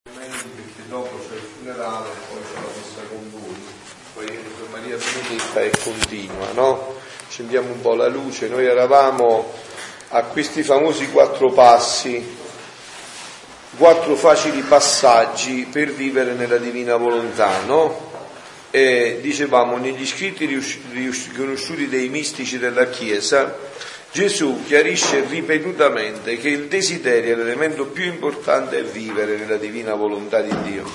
Perché dopo c'è il funerale, poi c'è la messa con voi, poi per Maria Benedetta e continua, no? Accendiamo un po' la luce. Noi eravamo a questi famosi 4 passi, 4 facili passaggi per vivere nella divina volontà, no? E dicevamo, negli scritti riconosciuti dei mistici della Chiesa, Gesù chiarisce ripetutamente che il desiderio, l'elemento più importante, è vivere nella divina volontà di Dio,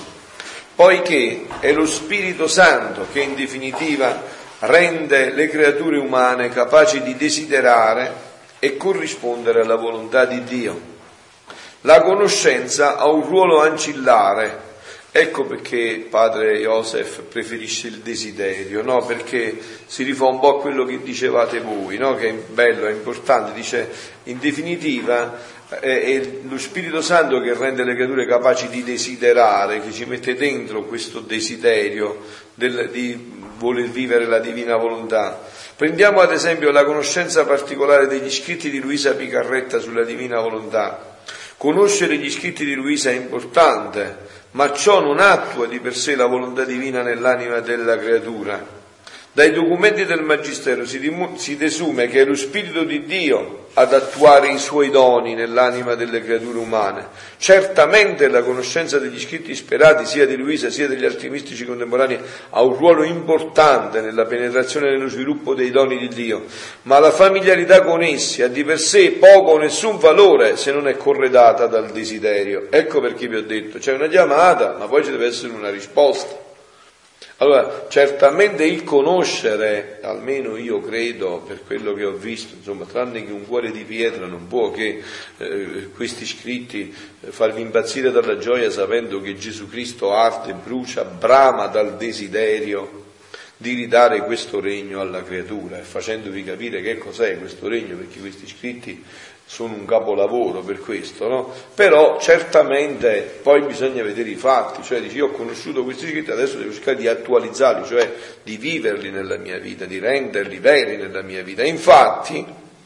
poiché è lo Spirito Santo che in definitiva rende le creature umane capaci di desiderare e corrispondere alla volontà di Dio. La conoscenza ha un ruolo ancillare. Ecco perché padre Joseph preferisce il desiderio, no? Perché si rifà un po' a quello che dicevate voi, no? Che è bello, è importante. Dice, in definitiva, è lo Spirito Santo che rende le creature capaci di desiderare, che ci mette dentro questo desiderio di voler vivere la divina volontà. Prendiamo ad esempio la conoscenza particolare degli scritti di Luisa Picarretta sulla divina volontà. Conoscere gli scritti di Luisa è importante, ma ciò non attua di per sé la volontà divina nell'anima della creatura. Dai documenti del Magistero si desume che è lo Spirito di Dio ad attuare i suoi doni nell'anima delle creature umane. Certamente la conoscenza degli scritti sperati, sia di Luisa sia degli altri mistici contemporanei, ha un ruolo importante nella penetrazione e nello sviluppo dei doni di Dio, ma la familiarità con essi ha di per sé poco o nessun valore se non è corredata dal desiderio. Ecco perché vi ho detto, c'è una chiamata, ma poi ci deve essere una risposta. Allora, certamente il conoscere, almeno io credo, per quello che ho visto, insomma, tranne che un cuore di pietra non può che questi scritti farvi impazzire dalla gioia sapendo che Gesù Cristo arde, brucia, brama dal desiderio di ridare questo regno alla creatura e facendovi capire che cos'è questo regno, perché questi scritti sono un capolavoro per questo, no? Però certamente poi bisogna vedere i fatti, cioè dici, io ho conosciuto questi scritti, adesso devo cercare di attualizzarli, cioè di viverli nella mia vita, di renderli veri nella mia vita. Infatti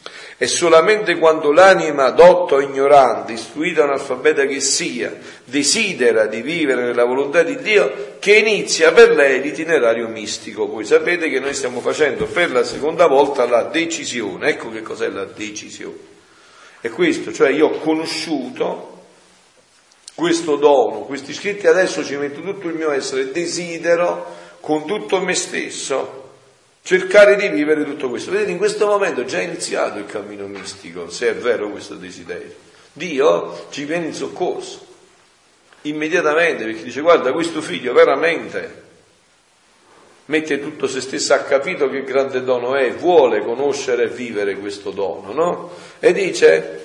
è solamente quando l'anima dotta o ignorante, istruita o analfabeta che sia, desidera di vivere nella volontà di Dio che inizia per lei l'itinerario mistico. Voi sapete che noi stiamo facendo per la seconda volta la decisione. Ecco che cos'è la decisione. È questo, cioè io ho conosciuto questo dono, questi scritti, adesso ci metto tutto il mio essere, desidero con tutto me stesso cercare di vivere tutto questo. Vedete, in questo momento è già iniziato il cammino mistico, se è vero questo desiderio. Dio ci viene in soccorso, immediatamente, perché dice, guarda, questo figlio veramente mette tutto se stesso, ha capito che grande dono è, vuole conoscere e vivere questo dono, no? E dice,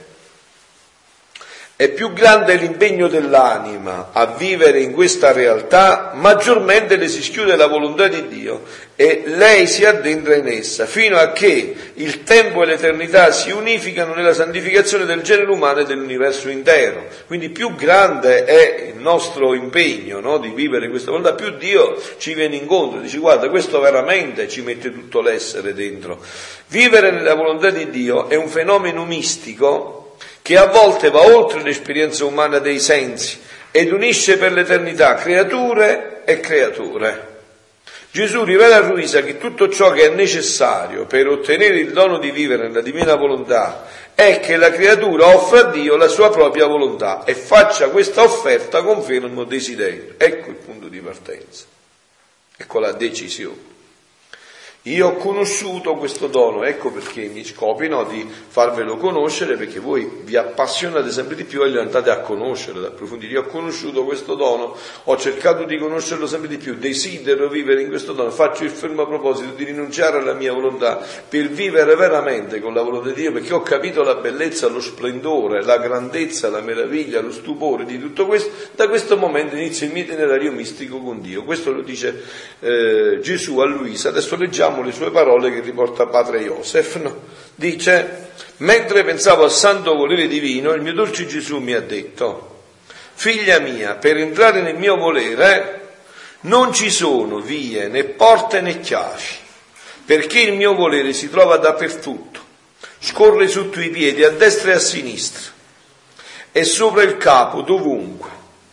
è più grande l'impegno dell'anima a vivere in questa realtà, maggiormente le si schiude la volontà di Dio e lei si addentra in essa, fino a che il tempo e l'eternità si unificano nella santificazione del genere umano e dell'universo intero. Quindi più grande è il nostro impegno, no, di vivere questa volontà, più Dio ci viene incontro, dice, guarda, questo veramente ci mette tutto l'essere dentro. Vivere nella volontà di Dio è un fenomeno mistico che a volte va oltre l'esperienza umana dei sensi ed unisce per l'eternità creature e creature. Gesù rivela a Luisa che tutto ciò che è necessario per ottenere il dono di vivere nella divina volontà è che la creatura offra a Dio la sua propria volontà e faccia questa offerta con fermo desiderio. Ecco il punto di partenza, ecco la decisione. Io ho conosciuto questo dono, ecco perché mi scopino di farvelo conoscere, perché voi vi appassionate sempre di più e lo andate a conoscere, ad approfondire. Io ho conosciuto questo dono, ho cercato di conoscerlo sempre di più, desidero vivere in questo dono, faccio il fermo proposito di rinunciare alla mia volontà per vivere veramente con la volontà di Dio, perché ho capito la bellezza, lo splendore, la grandezza, la meraviglia, lo stupore di tutto questo. Da questo momento inizia il mio itinerario mistico con Dio. Questo lo dice Gesù a Luisa. Adesso leggiamo le sue parole che riporta padre Joseph, no? Dice, mentre pensavo al santo volere divino, il mio dolce Gesù mi ha detto, figlia mia, per entrare nel mio volere non ci sono vie, né porte né chiavi, perché il mio volere si trova dappertutto, scorre sotto i piedi a destra e a sinistra, e sopra il capo dovunque.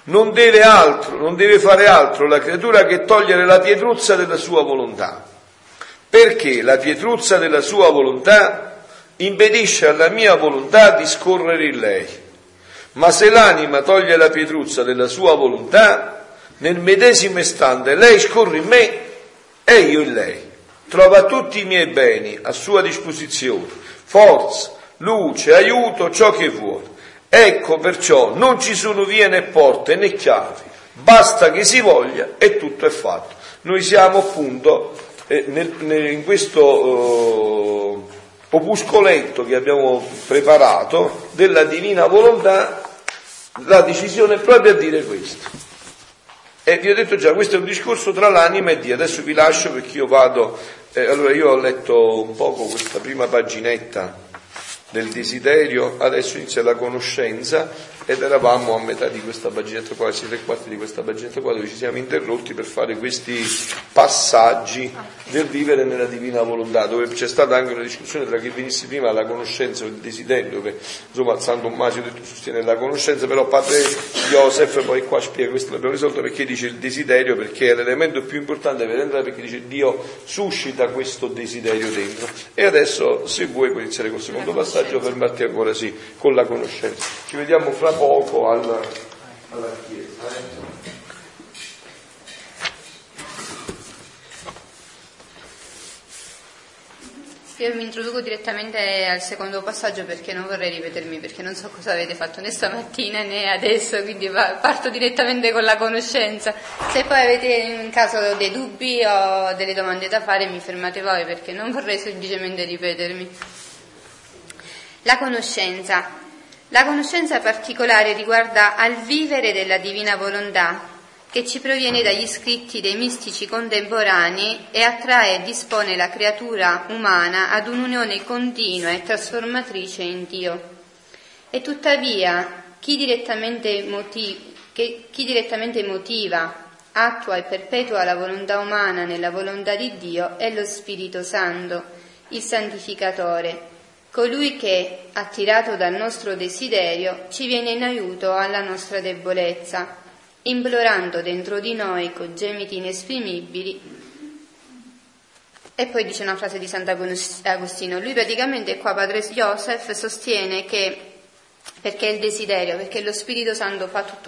Non deve fare altro la creatura che togliere la pietruzza della sua volontà, perché la pietruzza della sua volontà impedisce alla mia volontà di scorrere in lei. Ma se l'anima toglie la pietruzza della sua volontà, nel medesimo istante lei scorre in me e io in lei. Trova tutti i miei beni a sua disposizione, forza, luce, aiuto, ciò che vuole. Ecco perciò non ci sono vie né porte né chiavi, basta che si voglia e tutto è fatto. Noi siamo appunto in questo opuscoletto che abbiamo preparato della divina volontà, la decisione è proprio a dire questo. E vi ho detto già, questo è un discorso tra l'anima e Dio. Adesso vi lascio perché io vado. Allora io ho letto un poco questa prima paginetta del desiderio, adesso inizia la conoscenza ed eravamo a metà di questa paginetta, quasi 3/4 di questa paginetta qua, dove ci siamo interrotti per fare questi passaggi del vivere nella divina volontà, dove c'è stata anche una discussione tra chi venisse prima la conoscenza o il desiderio, dove insomma San Tommaso ha detto sostiene la conoscenza, però padre Joseph poi qua spiega, questo l'abbiamo risolto, perché dice il desiderio, perché è l'elemento più importante per entrare, perché dice Dio suscita questo desiderio dentro. E adesso se vuoi puoi iniziare col secondo passaggio, fermarti ancora con la conoscenza. Ci vediamo fra poco alla Chiesa. Io mi introduco direttamente al secondo passaggio perché non vorrei ripetermi, perché non so cosa avete fatto né stamattina né adesso, quindi parto direttamente con la conoscenza. Se poi avete in caso dei dubbi o delle domande da fare mi fermate voi, perché non vorrei semplicemente ripetermi. La conoscenza. La conoscenza particolare riguarda al vivere della divina volontà, che ci proviene dagli scritti dei mistici contemporanei e attrae e dispone la creatura umana ad un'unione continua e trasformatrice in Dio. E tuttavia chi direttamente motiva, attua e perpetua la volontà umana nella volontà di Dio è lo Spirito Santo, il Santificatore, colui che, attirato dal nostro desiderio, ci viene in aiuto alla nostra debolezza, implorando dentro di noi con gemiti inesprimibili. E poi dice una frase di Sant'Agostino. Lui praticamente qua, padre Joseph, sostiene che perché il desiderio, perché lo Spirito Santo fa tutto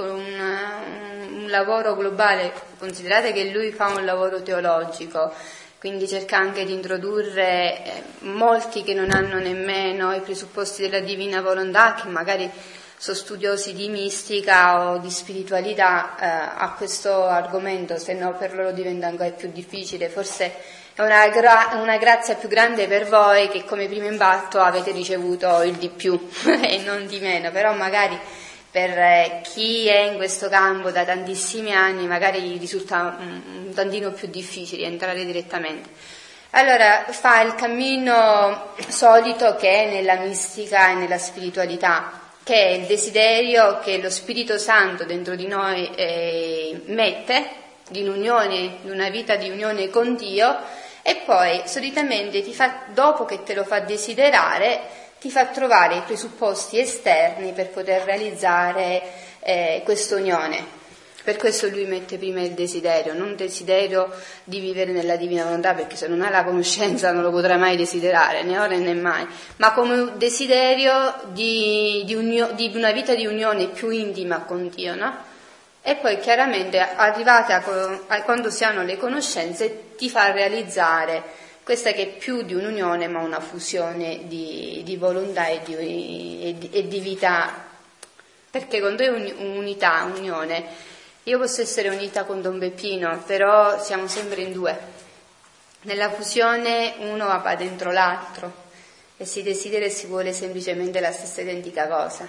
un lavoro globale. Considerate che lui fa un lavoro teologico, quindi cerca anche di introdurre molti che non hanno nemmeno i presupposti della divina volontà, che magari sono studiosi di mistica o di spiritualità, a questo argomento, se no per loro diventa ancora più difficile. Forse è una grazia più grande per voi che come primo impatto avete ricevuto il di più e non di meno, però magari per chi è in questo campo da tantissimi anni magari risulta un tantino più difficile entrare direttamente. Allora fa il cammino solito che è nella mistica e nella spiritualità, che è il desiderio che lo Spirito Santo dentro di noi mette di un'unione, di una vita di unione con Dio, e poi solitamente dopo che te lo fa desiderare, ti fa trovare i presupposti esterni per poter realizzare questa unione. Per questo lui mette prima il desiderio, non il desiderio di vivere nella divina volontà, perché se non hai la conoscenza non lo potrai mai desiderare, né ora né mai, ma come un desiderio di una vita di unione più intima con Dio, no? E poi chiaramente arrivate quando si hanno le conoscenze ti fa realizzare questa che è più di un'unione ma una fusione di volontà e di vita, perché quando è unità, unione, io posso essere unita con Don Peppino, però siamo sempre in due. Nella fusione uno va dentro l'altro e si desidera e si vuole semplicemente la stessa identica cosa.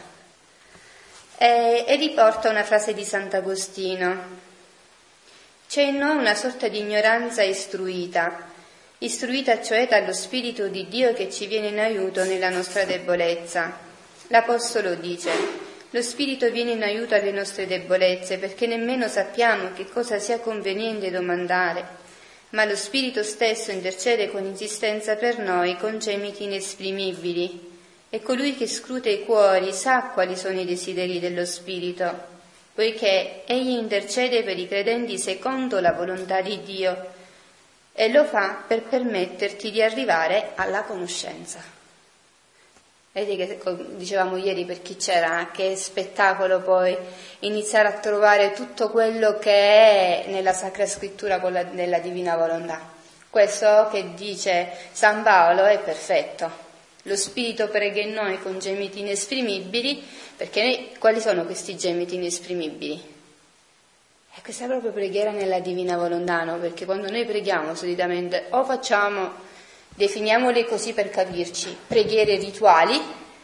E riporta una frase di Sant'Agostino. C'è in noi una sorta di ignoranza istruita cioè dallo Spirito di Dio che ci viene in aiuto nella nostra debolezza. L'Apostolo dice: lo Spirito viene in aiuto alle nostre debolezze perché nemmeno sappiamo che cosa sia conveniente domandare, ma lo Spirito stesso intercede con insistenza per noi con gemiti inesprimibili, e colui che scruta i cuori sa quali sono i desideri dello Spirito, poiché egli intercede per i credenti secondo la volontà di Dio e lo fa per permetterti di arrivare alla conoscenza. Vedete che dicevamo ieri per chi c'era, che spettacolo poi iniziare a trovare tutto quello che è nella Sacra Scrittura nella Divina Volontà. Questo che dice San Paolo è perfetto. Lo Spirito prega in noi con gemiti inesprimibili, perché quali sono questi gemiti inesprimibili? E questa è proprio preghiera nella Divina Volontà, no? Perché quando noi preghiamo solitamente o facciamo, definiamole così per capirci, preghiere rituali,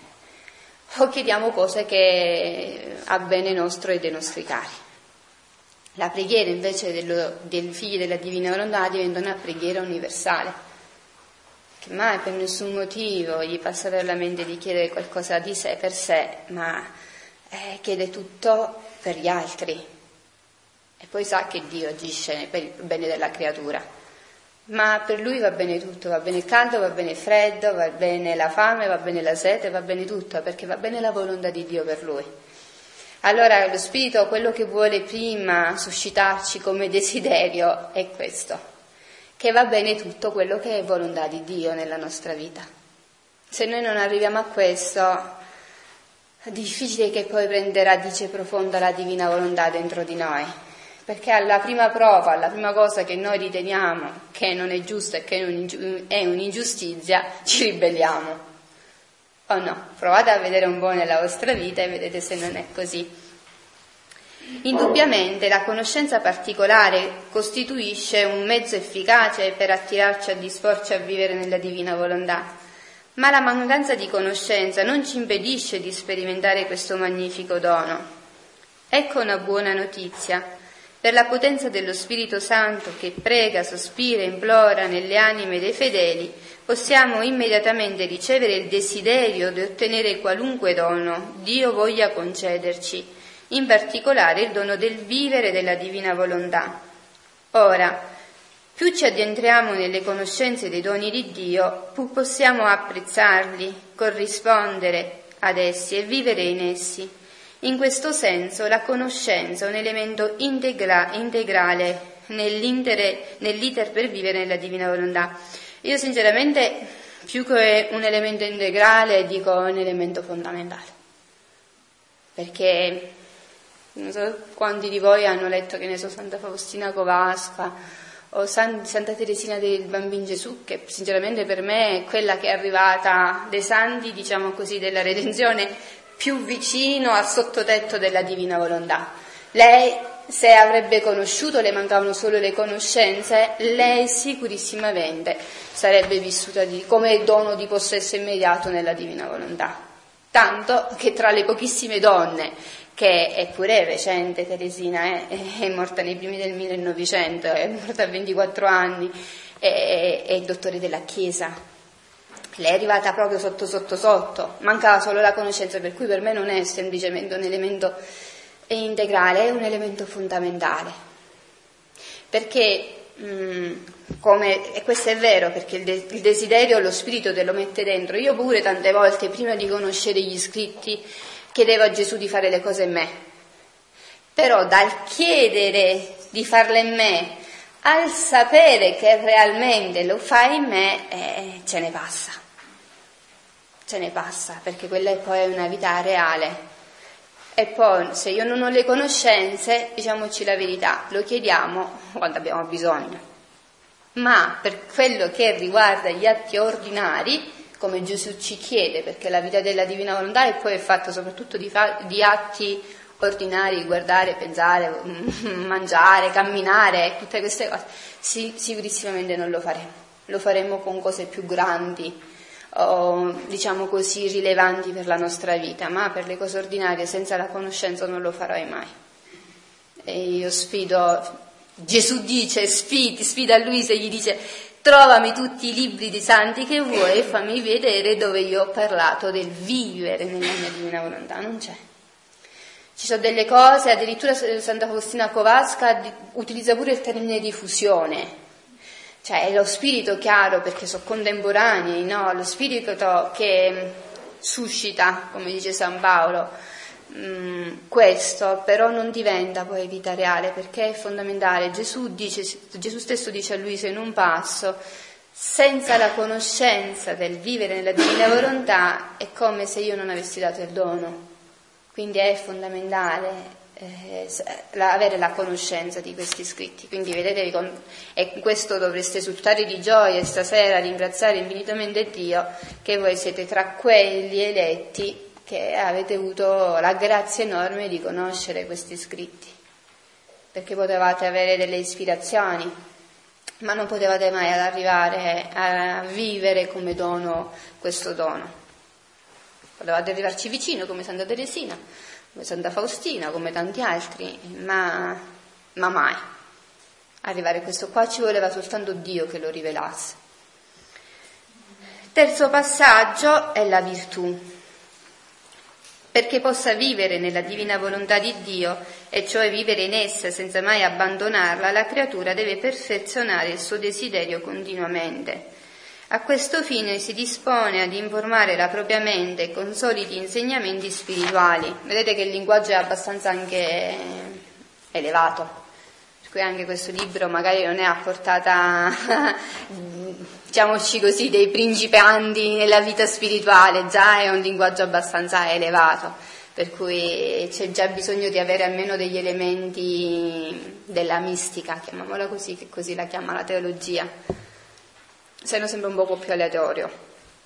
o chiediamo cose che a bene nostro e dei nostri cari. La preghiera invece del Figlio della Divina Volontà diventa una preghiera universale, che mai per nessun motivo gli passa per la mente di chiedere qualcosa di sé per sé, ma chiede tutto per gli altri. E poi sa che Dio agisce per il bene della creatura. Ma per lui va bene tutto, va bene il caldo, va bene il freddo, va bene la fame, va bene la sete, va bene tutto, perché va bene la volontà di Dio per lui. Allora lo Spirito, quello che vuole prima suscitarci come desiderio è questo, che va bene tutto quello che è volontà di Dio nella nostra vita. Se noi non arriviamo a questo, è difficile che poi prenda radice profonda la divina volontà dentro di noi. Perché alla prima prova, alla prima cosa che noi riteniamo che non è giusta e che è un'ingiustizia, ci ribelliamo. O no? Provate a vedere un po' nella vostra vita e vedete se non è così. Indubbiamente la conoscenza particolare costituisce un mezzo efficace per attirarci a disporci a vivere nella divina volontà, ma la mancanza di conoscenza non ci impedisce di sperimentare questo magnifico dono. Ecco una buona notizia. Per la potenza dello Spirito Santo che prega, sospira e implora nelle anime dei fedeli, possiamo immediatamente ricevere il desiderio di ottenere qualunque dono Dio voglia concederci, in particolare il dono del vivere della divina volontà. Ora, più ci addentriamo nelle conoscenze dei doni di Dio, più possiamo apprezzarli, corrispondere ad essi e vivere in essi. In questo senso la conoscenza è un elemento integrale nell'iter per vivere nella divina volontà. Io sinceramente, più che un elemento integrale, dico un elemento fondamentale. Perché non so quanti di voi hanno letto, che ne so, Santa Faustina Kowalska o Santa Teresina del Bambino Gesù, che sinceramente per me è quella che è arrivata dei santi, diciamo così, della redenzione, più vicino al sottotetto della divina volontà. Lei, se avrebbe conosciuto, le mancavano solo le conoscenze, lei sicurissimamente sarebbe vissuta come dono di possesso immediato nella divina volontà. Tanto che tra le pochissime donne, che è pure recente, Teresina è morta nei primi del 1900, è morta a 24 anni, è il dottore della Chiesa. Lei è arrivata proprio sotto, mancava solo la conoscenza, per cui per me non è semplicemente un elemento integrale, è un elemento fondamentale. Perché, e questo è vero, perché il desiderio, lo spirito te lo mette dentro. Io pure tante volte, prima di conoscere gli scritti, chiedevo a Gesù di fare le cose in me. Però dal chiedere di farle in me, al sapere che realmente lo fai in me, ce ne passa, perché quella è poi una vita reale. E poi se io non ho le conoscenze, diciamoci la verità, lo chiediamo quando abbiamo bisogno. Ma per quello che riguarda gli atti ordinari, come Gesù ci chiede, perché la vita della divina volontà è poi fatta soprattutto di atti ordinari, guardare, pensare, mangiare, camminare, tutte queste cose, sicurissimamente non lo faremo. Lo faremo con cose più grandi, o diciamo così rilevanti per la nostra vita, ma per le cose ordinarie senza la conoscenza non lo farai mai. E io Gesù dice, sfida Luisa e gli dice: trovami tutti i libri dei santi che vuoi e fammi vedere dove io ho parlato del vivere nella mia divina volontà. Non c'è. Ci sono delle cose, addirittura Santa Faustina Kowalska utilizza pure il termine di fusione. Cioè è lo spirito chiaro, perché sono contemporanei, no? Lo spirito che suscita, come dice San Paolo, questo però non diventa poi vita reale, perché è fondamentale. Gesù stesso dice a Luisa in un passo: senza la conoscenza del vivere nella divina volontà è come se io non avessi dato il dono. Quindi è fondamentale avere la conoscenza di questi scritti. Quindi vedete, e questo dovreste esultare di gioia stasera, ringraziare infinitamente Dio che voi siete tra quelli eletti che avete avuto la grazia enorme di conoscere questi scritti, perché potevate avere delle ispirazioni, ma non potevate mai arrivare a vivere come dono questo dono. Potevate arrivarci vicino come Santa Teresina, come Santa Faustina, come tanti altri, ma mai. Arrivare a questo qua ci voleva soltanto Dio che lo rivelasse. Terzo passaggio è la virtù. Perché possa vivere nella divina volontà di Dio, e cioè vivere in essa senza mai abbandonarla, la creatura deve perfezionare il suo desiderio continuamente. A questo fine si dispone ad informare la propria mente con soliti insegnamenti spirituali. Vedete che il linguaggio è abbastanza anche elevato, per cui anche questo libro magari non è a portata, diciamoci così, dei principianti nella vita spirituale, già è un linguaggio abbastanza elevato, per cui c'è già bisogno di avere almeno degli elementi della mistica, chiamiamola così, che così la chiama la teologia, se no sembra un poco più aleatorio.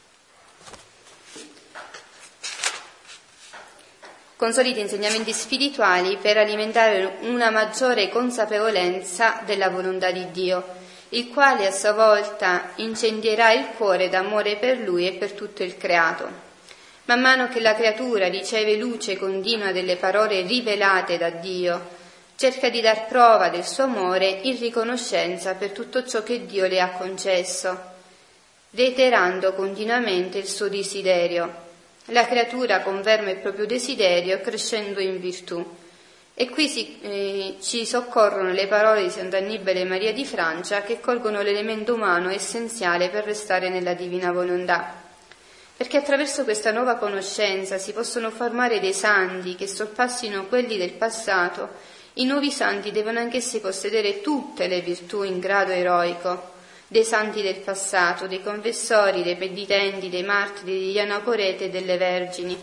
Con soliti insegnamenti spirituali per alimentare una maggiore consapevolezza della volontà di Dio, il quale a sua volta incendierà il cuore d'amore per Lui e per tutto il creato. Man mano che la creatura riceve luce continua delle parole rivelate da Dio, cerca di dar prova del suo amore in riconoscenza per tutto ciò che Dio le ha concesso, reiterando continuamente il suo desiderio. La creatura conferma il proprio desiderio crescendo in virtù. E qui ci soccorrono le parole di Sant'Annibale Maria di Francia, che colgono l'elemento umano essenziale per restare nella divina volontà. Perché attraverso questa nuova conoscenza si possono formare dei santi che sorpassino quelli del passato. I nuovi santi devono anch'essi possedere tutte le virtù in grado eroico dei santi del passato, dei confessori, dei penitenti, dei martiri, degli anacoreti e delle vergini.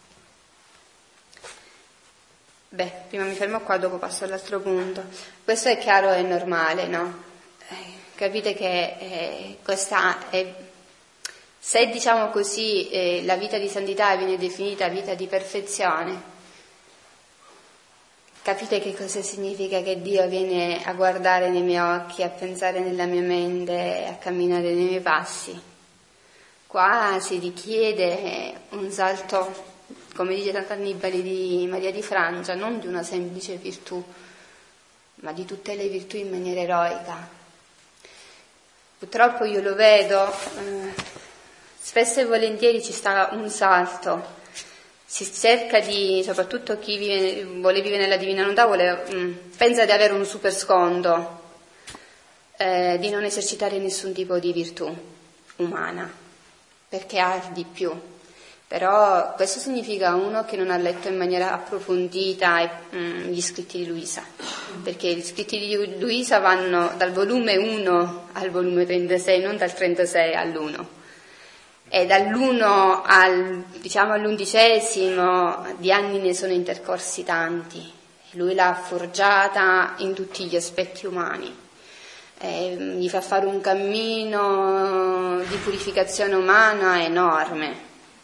Prima mi fermo qua, dopo passo all'altro punto. Questo è chiaro e normale, no? Capite che questa è, se diciamo così, la vita di santità viene definita vita di perfezione, capite che cosa significa che Dio viene a guardare nei miei occhi, a pensare nella mia mente, a camminare nei miei passi? Qua si richiede un salto, come dice Sant'Annibale di Maria di Francia, non di una semplice virtù, ma di tutte le virtù in maniera eroica. Purtroppo io lo vedo, spesso e volentieri ci sta un salto. Si cerca di, soprattutto chi vuole vivere nella divina volontà, pensa di avere un super sconto, di non esercitare nessun tipo di virtù umana, perché ha di più. Però questo significa uno che non ha letto in maniera approfondita gli scritti di Luisa, perché gli scritti di Luisa vanno dal volume 1 al volume 36, non dal 36 all'1. E dall'1 all'11° di anni ne sono intercorsi tanti. Lui l'ha forgiata in tutti gli aspetti umani. Gli fa fare un cammino di purificazione umana enorme.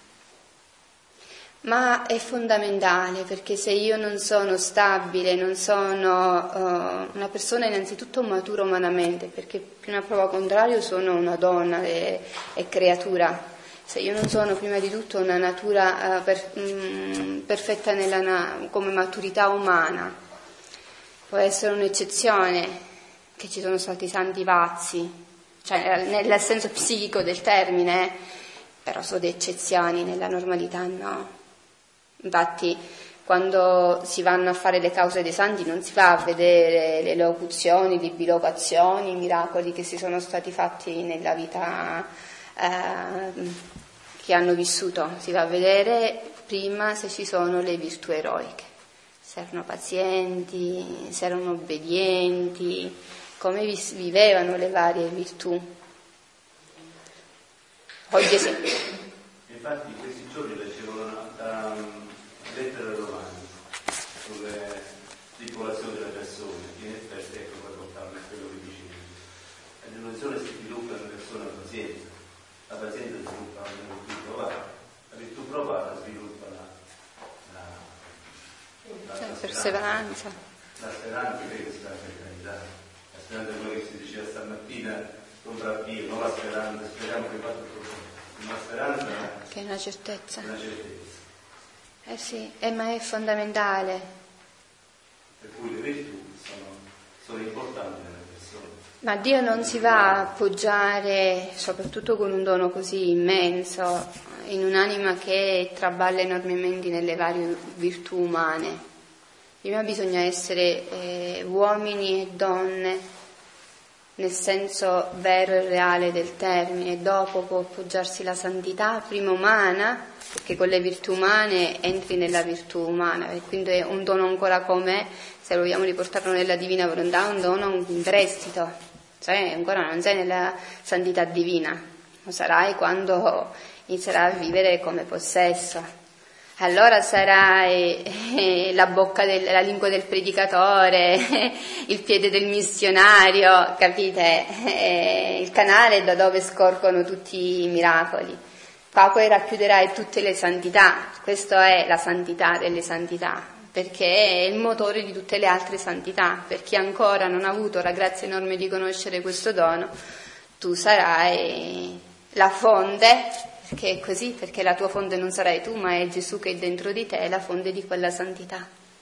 Ma è fondamentale, perché se io non sono stabile, non sono una persona innanzitutto matura umanamente, perché prima prova contrario sono una donna e creatura. Se io non sono prima di tutto una natura perfetta come maturità umana, può essere un'eccezione che ci sono stati santi pazzi, cioè nel senso psichico del termine, però sono le eccezioni, nella normalità no. Infatti quando si vanno a fare le cause dei santi non si va a vedere le locuzioni, le bilocazioni, i miracoli che si sono stati fatti nella vita che hanno vissuto, si va a vedere prima se ci sono le virtù eroiche, se erano pazienti, se erano obbedienti, come vivevano le varie virtù. Oggi infatti in questi giorni leggevo una lettera ai Romani sulle tribolazioni delle persone, che in effetti ecco per portarmi a quello che dicevi. La tribolazione si sviluppa nella persona paziente, la pazienza sviluppa la virtù provata, la virtù provata sviluppa la perseveranza. La speranza che è la carità, la speranza è quello che si diceva stamattina con Brappino, non la speranza, speriamo che vada tutto bene. Una speranza che è una certezza. Una certezza. Sì, ma è fondamentale. Per cui le virtù sono importanti nelle persone. Ma Dio non si va a appoggiare, soprattutto con un dono così immenso, in un'anima che traballa enormemente nelle varie virtù umane. Prima bisogna essere uomini e donne nel senso vero e reale del termine, dopo può appoggiarsi la santità, prima umana, perché con le virtù umane entri nella virtù umana, e quindi è un dono ancora come, se vogliamo riportarlo nella divina volontà, un dono in prestito, cioè ancora non sei nella santità divina, lo sarai quando inizierai a vivere come possesso. Allora sarai la bocca la lingua del predicatore, il piede del missionario, capite? Il canale da dove scorgono tutti i miracoli. Qua poi racchiuderai tutte le santità, questa è la santità delle santità, perché è il motore di tutte le altre santità. Per chi ancora non ha avuto la grazia enorme di conoscere questo dono, tu sarai la fonte. Perché è così, perché la tua fonte non sarai tu, ma è Gesù che è dentro di te, la fonte di quella santità.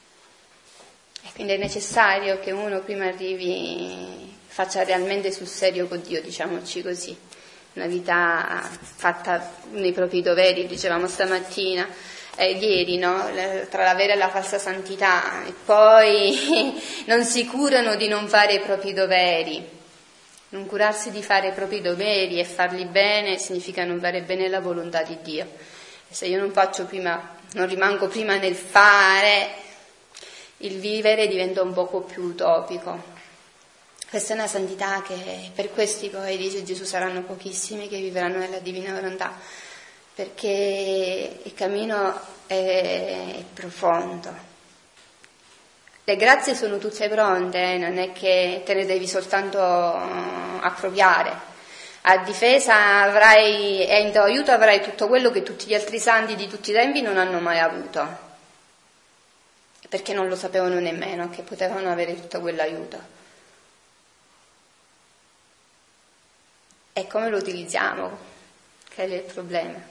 E quindi è necessario che uno prima faccia realmente sul serio con Dio, diciamoci così, una vita fatta nei propri doveri, dicevamo stamattina, ieri, no? Tra la vera e la falsa santità, e poi non si curano di non fare i propri doveri. Non curarsi di fare i propri doveri e farli bene significa non fare bene la volontà di Dio. E se io non rimango prima nel fare, il vivere diventa un poco più utopico. Questa è una santità che per questi poi, dice Gesù, saranno pochissimi che vivranno nella divina volontà, perché il cammino è profondo. Le grazie sono tutte pronte, non è che te ne devi soltanto appropriare. A difesa e in tuo aiuto avrai tutto quello che tutti gli altri santi di tutti i tempi non hanno mai avuto, perché non lo sapevano nemmeno che potevano avere tutto quell'aiuto. E come lo utilizziamo? Che è il problema.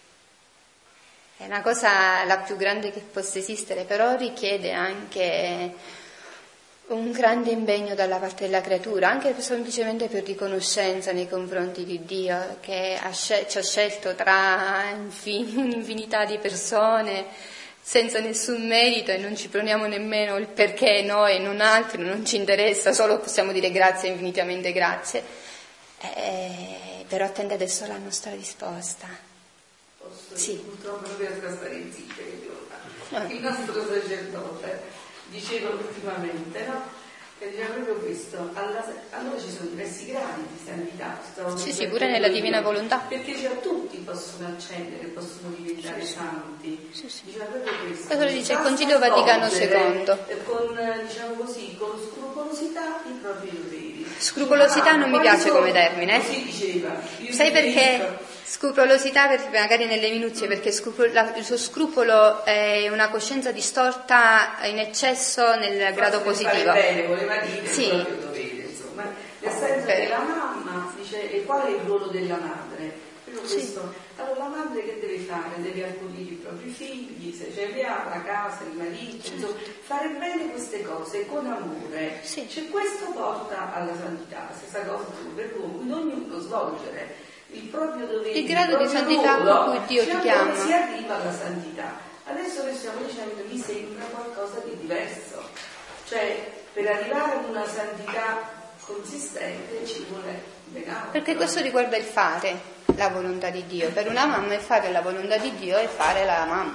È una cosa la più grande che possa esistere, però richiede anche un grande impegno dalla parte della creatura, anche semplicemente per riconoscenza nei confronti di Dio, che ci ha scelto tra un'infinità di persone senza nessun merito, e non ci poniamo nemmeno il perché noi e non altri, non ci interessa, solo possiamo dire grazie, infinitamente grazie, però attende adesso la nostra risposta. Sì. Purtroppo non riesco a stare zitta, il nostro sacerdote diceva ultimamente, no? Che diceva proprio questo, allora ci sono diversi gradi di santità. Sì, pure nella divina volontà. Perché tutti possono accendere, possono diventare santi. Sì. Diceva proprio questo. Questo lo dice il Concilio Vaticano II. Con, diciamo così, con scrupolosità i propri doveri. Scrupolosità non mi piace come termine. Così diceva. Sai perché? Scrupolosità, perché magari nelle minuzie, perché il suo scrupolo è una coscienza distorta in eccesso nel grado positivo. Bene, voleva dire sì. Il proprio dovere, insomma. L'essenza della mamma, dice, e qual è il ruolo della madre? Questo. Allora la madre che deve fare? Deve accudire i propri figli, se ce li ha, la casa, il marito, insomma, fare bene queste cose con amore. Sì. Cioè, questo porta alla santità, la stessa cosa per cui ognuno svolgere il proprio dovere, il grado di santità con cui Dio ti chiama. Si arriva alla santità. Adesso noi stiamo dicendo mi sembra qualcosa di diverso, cioè per arrivare ad una santità consistente ci vuole ben altro. Perché questo riguarda il fare la volontà di Dio. Per una mamma il fare la volontà di Dio è fare la mamma.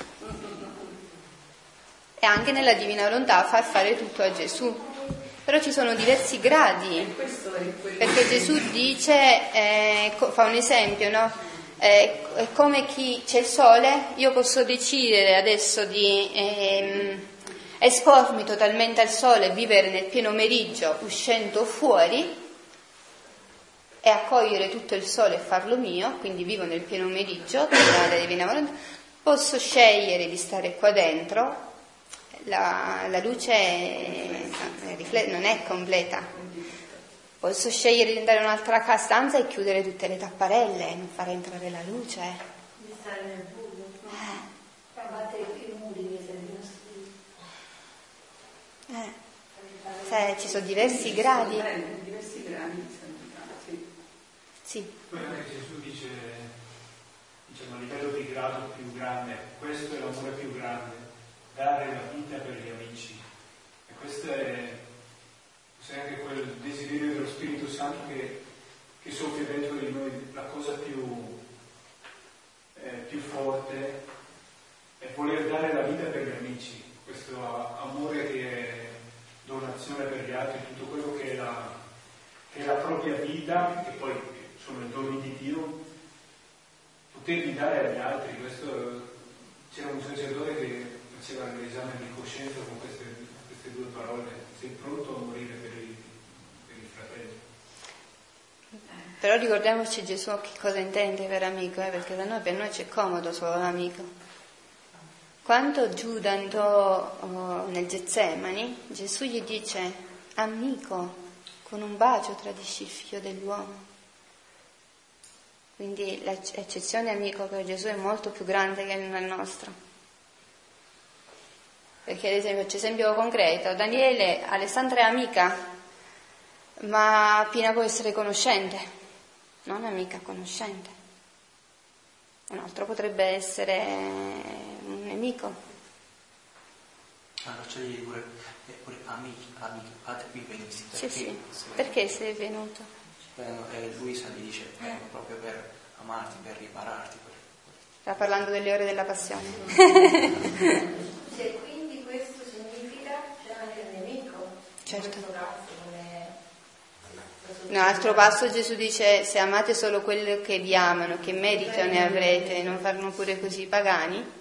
E anche nella divina volontà far fare tutto a Gesù. Però ci sono diversi gradi, perché Gesù dice, fa un esempio, no? È come chi c'è il sole, io posso decidere adesso di espormi totalmente al sole, vivere nel pieno meriggio uscendo fuori e accogliere tutto il sole e farlo mio, quindi vivo nel pieno meriggio della divina volontà. Posso scegliere di stare qua dentro, la luce non è completa. Posso scegliere di andare in un'altra stanza e chiudere tutte le tapparelle e non far entrare la luce. Di stare nel buio, no? Abbattere i muri che Ci sono diversi gradi. Diversi gradi di santità, sì. Sì. Poi anche Gesù dice, diciamo, a livello di grado più grande, questo è l'amore più grande, dare la vita per gli amici. E questo è anche quel desiderio dello Spirito Santo che soffia dentro di noi. La cosa più forte è voler dare la vita per gli amici, questo amore che è donazione per gli altri, tutto quello che è la propria vita, che poi sono i doni di Dio, poterli dare agli altri. Questo, c'era un sacerdote che faceva l'esame di coscienza con queste due parole: sei pronto a morire per i fratelli. Però ricordiamoci Gesù che cosa intende per amico, perché per noi c'è comodo solo l'amico. Quando Giuda andò nel Getsemani, Gesù gli dice: amico, con un bacio tradisci il figlio dell'uomo. Quindi l'accezione amico per Gesù è molto più grande che la nostra. Perché ad esempio, c'è esempio concreto, Daniele, Alessandra è amica, ma Pina può essere conoscente, non amica, conoscente. Un altro potrebbe essere un nemico. Allora c'è pure amici, padre qui venuti. Sì. Perché sei venuto? Luisa gli dice vengo proprio per amarti, per ripararti. Sta parlando delle ore della passione. Se quindi questo significa c'è anche il nemico. Certo. In un altro passo Gesù dice: se amate solo quello che vi amano, che merito ne avrete, non faranno pure così i pagani.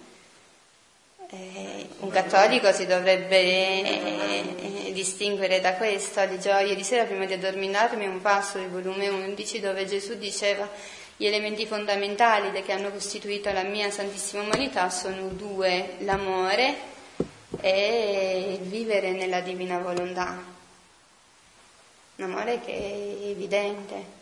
Un cattolico si dovrebbe distinguere da questo. Leggevo ieri sera prima di addormentarmi un passo del volume 11 dove Gesù diceva: gli elementi fondamentali che hanno costituito la mia santissima umanità sono due: l'amore e il vivere nella divina volontà. Un amore che è evidente.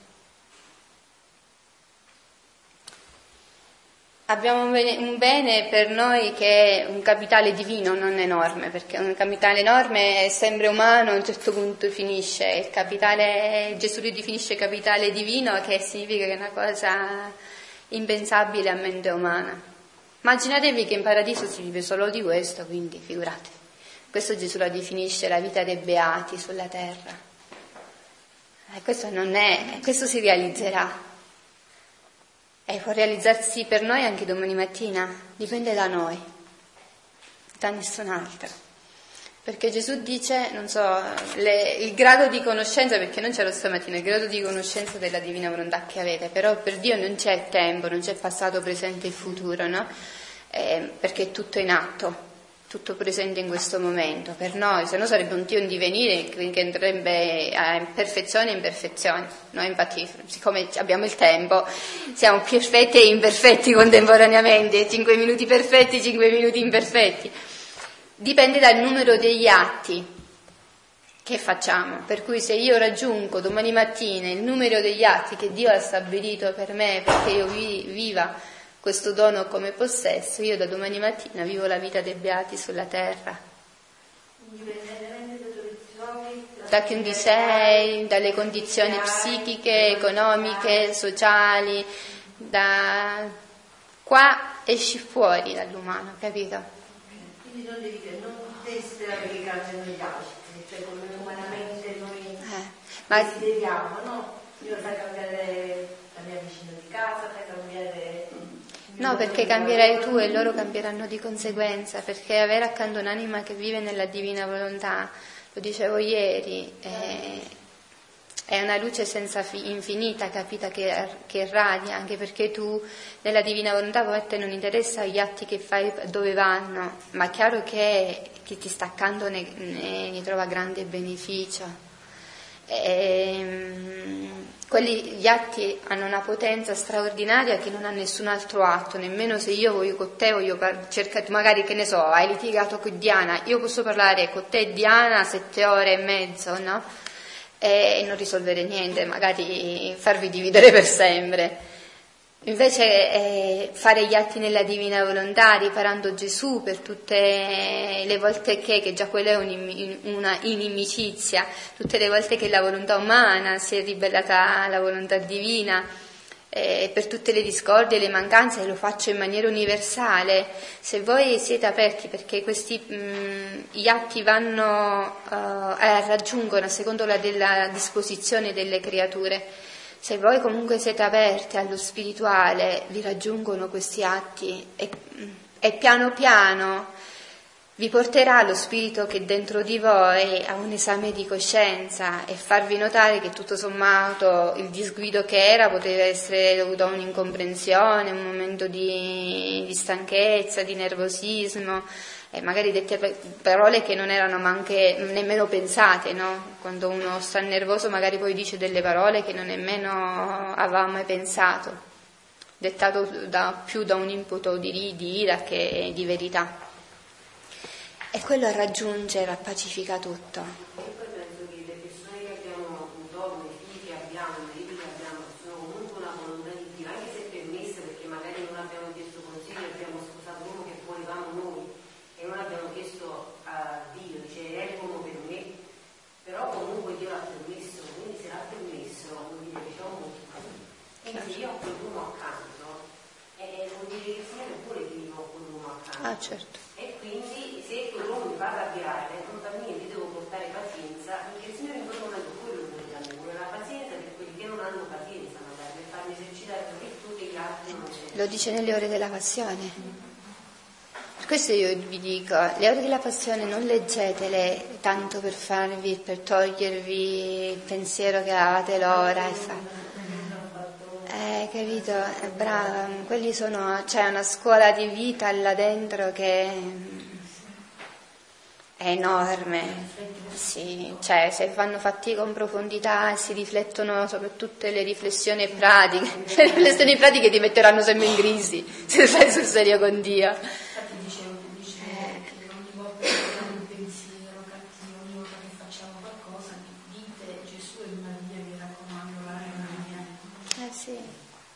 Abbiamo un bene per noi che è un capitale divino, non enorme, perché un capitale enorme è sempre umano, a un certo punto finisce. Il capitale, Gesù ridefinisce capitale divino, che significa che è una cosa impensabile a mente umana. Immaginatevi che in paradiso si vive solo di questo, quindi figuratevi. Questo Gesù lo definisce la vita dei beati sulla terra. Questo non è, questo si realizzerà. E può realizzarsi per noi anche domani mattina, dipende da noi, da nessun altro. Perché Gesù dice, non so, il grado di conoscenza, perché non c'era stamattina, il grado di conoscenza della divina volontà che avete, però per Dio non c'è tempo, non c'è passato, presente e futuro, no? Perché è tutto in atto. Tutto presente in questo momento. Per noi, se no sarebbe un Dio in divenire che andrebbe a perfezione e imperfezione. Noi infatti, siccome abbiamo il tempo, siamo perfetti e imperfetti contemporaneamente, 5 minuti perfetti, 5 minuti imperfetti. Dipende dal numero degli atti che facciamo. Per cui se io raggiungo domani mattina il numero degli atti che Dio ha stabilito per me, perché io viva questo dono come possesso, io da domani mattina vivo la vita dei beati sulla terra. Indipendentemente da dove ti trovi, Da chi sei, dalle condizioni psichiche, economiche, sociali, da qua esci fuori dall'umano, capito? quindi non devi sperare che cambiano gli altri, cioè come umanamente noi desideriamo, no? Io fai cambiare la mia vicina di casa, fai cambiare... No, perché cambierai tu e loro cambieranno di conseguenza, perché avere accanto un'anima che vive nella divina volontà, lo dicevo ieri, è una luce senza infinita, capita, che irradia, anche perché tu nella divina volontà poi a te non interessa gli atti che fai dove vanno, ma è chiaro che chi ti sta accanto ne trova grande beneficio. Gli atti hanno una potenza straordinaria che non ha nessun altro atto, nemmeno se io voglio con te, magari, che ne so, hai litigato con Diana, io posso parlare con te Diana 7 ore e mezzo, no? E non risolvere niente, magari farvi dividere per sempre. Invece fare gli atti nella divina volontà, riparando Gesù per tutte le volte che già quella è una inimicizia, tutte le volte che la volontà umana si è ribellata alla volontà divina, per tutte le discordie e le mancanze, lo faccio in maniera universale. Se voi siete aperti, perché gli atti raggiungono secondo della disposizione delle creature. Se voi comunque siete aperti allo spirituale, vi raggiungono questi atti e piano piano vi porterà lo spirito che dentro di voi a un esame di coscienza e farvi notare che tutto sommato il disguido che era poteva essere dovuto a un'incomprensione, un momento di stanchezza, di nervosismo, e magari dette parole che non erano nemmeno pensate, no? Quando uno sta nervoso magari poi dice delle parole che non nemmeno aveva mai pensato, dettato più da un impeto di ira che di verità. E quello raggiunge, rappacifica tutto. E poi penso che le persone che abbiamo intorno, i figli che abbiamo, i mariti che abbiamo, sono comunque una volontà di Dio, anche se permesse, perché magari non abbiamo chiesto consiglio, abbiamo sposato uno che volevamo noi e non abbiamo chiesto a Dio, dice è come per me, però comunque Dio l'ha permesso, quindi se l'ha permesso vuol dire che c'è un motivo. E se io ho qualcuno accanto, vuol dire che il Signore pure vivo con qualcuno accanto. Ah, certo. E quindi se quell'uomo mi fa arrabbiare, non fa niente, devo portare pazienza, perché il Signore in quel momento quello vuole la pazienza per quelli che non hanno pazienza, magari per farmi esercitare la virtù che gli altri non c'è. Lo dice nelle ore della passione. Per questo io vi dico, le ore della passione non leggetele tanto per togliervi il pensiero che avevate l'ora e capito? Brava, quelli c'è una scuola di vita là dentro che è enorme, sì, cioè se vanno fatti con profondità e si riflettono soprattutto le riflessioni pratiche, le riflessioni pratiche ti metteranno sempre in crisi se stai sul serio con Dio. Infatti dicevo che ogni volta che abbiamo un pensiero cattivo, ogni volta che facciamo qualcosa, dite Gesù e Maria, mi raccomando, Maria. Sì.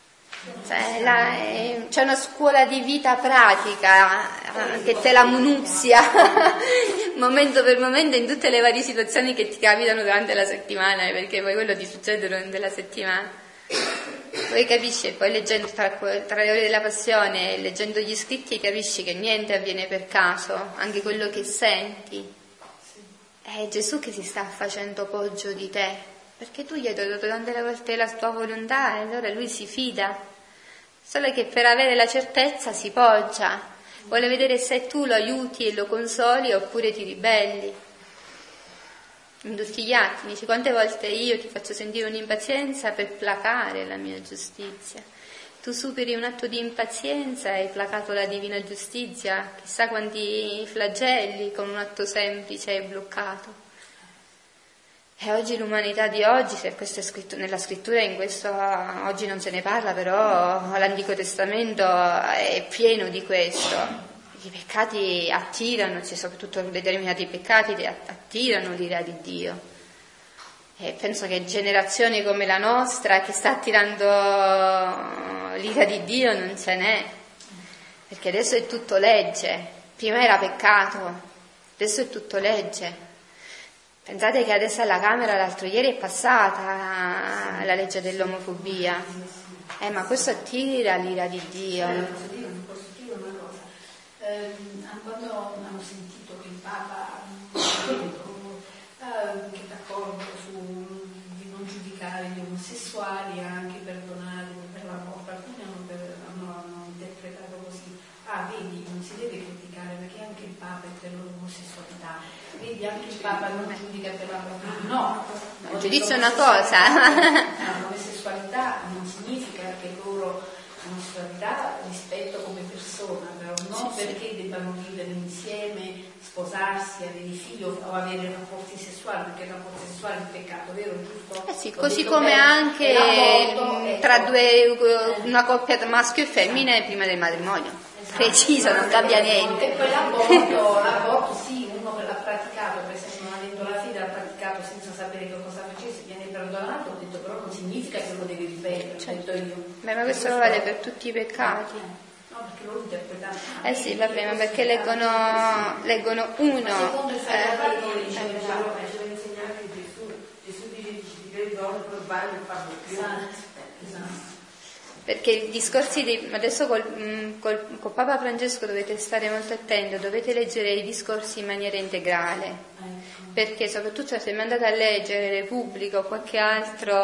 C'è una scuola di vita pratica che te la munuzia momento per momento in tutte le varie situazioni che ti capitano durante la settimana, perché poi quello ti succede durante la settimana. Poi capisci, poi leggendo tra le ore della passione e leggendo gli scritti capisci che niente avviene per caso, anche quello che senti è Gesù che si sta facendo poggio di te, perché tu gli hai dato tante volte la tua volontà e allora lui si fida. Solo che per avere la certezza si poggia, vuole vedere se tu lo aiuti e lo consoli oppure ti ribelli. In tutti gli atti, dice quante volte io ti faccio sentire un'impazienza per placare la mia giustizia. Tu superi un atto di impazienza e hai placato la divina giustizia, chissà quanti flagelli con un atto semplice hai bloccato. E oggi l'umanità di oggi, se questo è scritto nella scrittura, oggi non se ne parla, però l'Antico Testamento è pieno di questo. I peccati attirano, cioè soprattutto determinati peccati attirano l'ira di Dio. E penso che generazioni come la nostra che sta attirando l'ira di Dio non ce n'è, perché adesso è tutto legge, prima era peccato, adesso è tutto legge. Pensate che adesso alla Camera l'altro ieri è passata la legge dell'omofobia, ma questo attira l'ira di Dio. Posso dire una cosa? Quando hanno sentito che il Papa ha detto che è d'accordo di non giudicare gli omosessuali, anche perdonare per la morte, alcuni hanno interpretato Papa non giudica per la propria no. Il giudizio è una cosa. L'omosessualità non significa che loro l'omosessualità rispetto come persona, però non perché debbano vivere insieme, sposarsi, avere figli o avere rapporti sessuali, perché il rapporto sessuale è un peccato, vero? Giusto? Sì, così come anche tra una coppia maschio e femmine prima del matrimonio. Preciso, non cambia niente. E poi l'aborto sì, uno che l'ha praticato, per esempio non avendo la figlia, l'ha praticato senza sapere che cosa facesse, viene perdonato, ho detto però non significa che lo devi ripetere, certo. Io. Beh, ma questo vale per tutti i peccati. No, perché lo interpretano. Sì, vabbè, ma perché leggono uno. Secondo il Sacro dice insegnare che Gesù dice ti perdono, poi vai e farlo più. Esatto. Perché i discorsi adesso col Papa Francesco dovete stare molto attenti, dovete leggere i discorsi in maniera integrale, perché soprattutto se mi andate a leggere Repubblica o qualche altro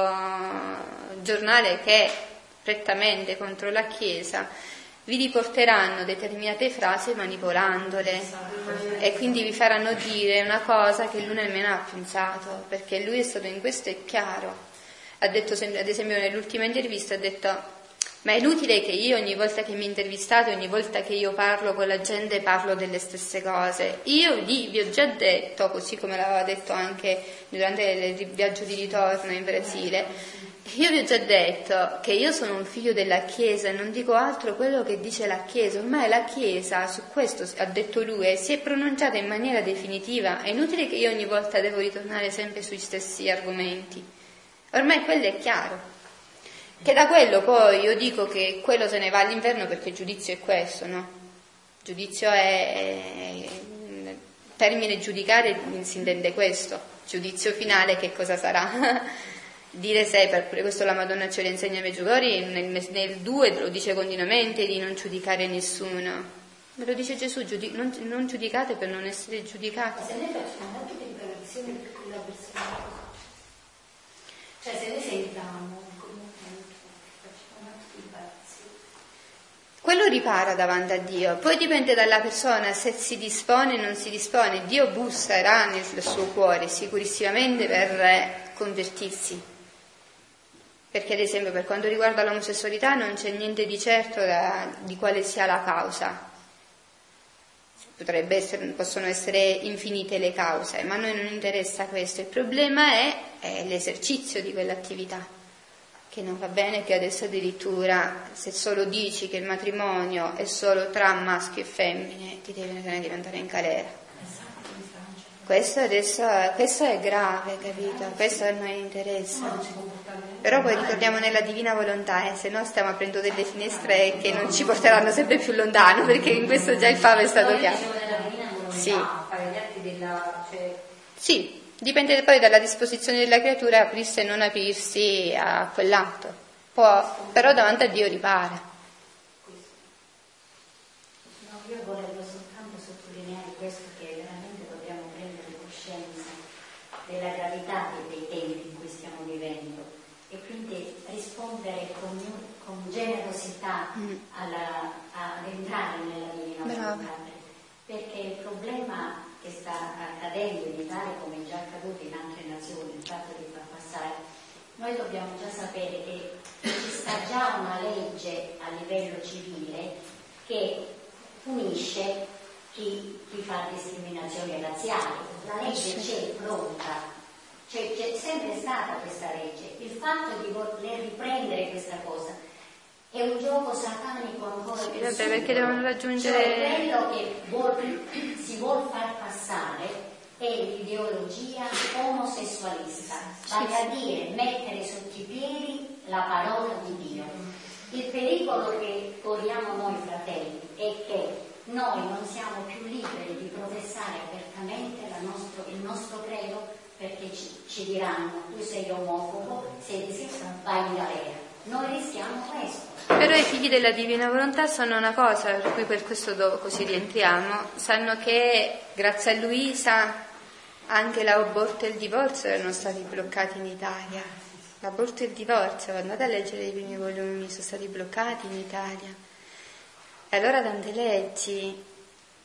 giornale che è prettamente contro la Chiesa, vi riporteranno determinate frasi manipolandole e quindi vi faranno dire una cosa che lui nemmeno ha pensato, perché lui è stato in questo è chiaro. Ha detto, ad esempio nell'ultima intervista, ha detto: ma è inutile che io ogni volta che mi intervistate, ogni volta che io parlo con la gente parlo delle stesse cose. Io vi ho già detto, così come l'aveva detto anche durante il viaggio di ritorno in Brasile, io vi ho già detto che io sono un figlio della Chiesa e non dico altro quello che dice la Chiesa. Ormai la Chiesa su questo, ha detto lui, si è pronunciata in maniera definitiva. È inutile che io ogni volta devo ritornare sempre sui stessi argomenti. Ormai quello è chiaro, che da quello poi io dico che quello se ne va all'inferno, perché il giudizio è questo, no? Il giudizio è termine giudicare, si intende questo, giudizio finale che cosa sarà? Dire sempre, pure questo la Madonna ce lo insegna a Meggiugori, nel 2 lo dice continuamente di non giudicare nessuno, me lo dice Gesù, non giudicate per non essere giudicati. Se noi facciamo tante riparazioni per quella persona, cioè se noi sentiamo facciamo riparazioni. Quello ripara davanti a Dio, poi dipende dalla persona se si dispone o non si dispone. Dio busserà nel suo cuore sicurissimamente per convertirsi, perché ad esempio per quanto riguarda l'omosessualità non c'è niente di certo di quale sia la causa. Possono essere infinite le cause, ma a noi non interessa questo. Il problema è l'esercizio di quell'attività, che non va bene, che adesso addirittura se solo dici che il matrimonio è solo tra maschio e femmine ti devi diventare in galera. Questo è grave, capito? Questo a noi interessa. Però poi ritorniamo nella divina volontà, se no stiamo aprendo delle finestre che non ci porteranno sempre più lontano, perché in questo già il Papa è stato chiaro. Sì. Sì, dipende poi dalla disposizione della creatura aprirsi e non aprirsi a quell'atto. Però davanti a Dio ripara. No, io volevo soltanto sottolineare questo, che veramente dobbiamo prendere coscienza della gravità dei tempi in cui stiamo vivendo e quindi rispondere con generosità ad entrare nella divina volontà, perché il problema che sta accadendo in Italia, come è già accaduto in altre nazioni, il fatto di far passare, noi dobbiamo già sapere che ci sta già una legge a livello civile che punisce chi fa discriminazione razziale. La legge c'è pronta, c'è sempre stata questa legge. Il fatto di voler riprendere questa cosa è un gioco satanico ancora più assurdo, perché devono raggiungere, cioè quello che si vuol far passare è l'ideologia omosessualista, vale a dire mettere sotto i piedi la parola di Dio. Il pericolo che corriamo noi fratelli è che noi non siamo più liberi di professare apertamente il nostro credo, perché ci diranno: tu sei omofobo, sei di sinistra, vai in galera. Noi rischiamo questo. Però i figli della divina volontà sanno una cosa, per cui per questo così rientriamo, sanno che grazie a Luisa anche l'aborto e il divorzio erano stati bloccati in Italia. L'aborto e il divorzio, andate a leggere i primi volumi, sono stati bloccati in Italia. E allora tante leggi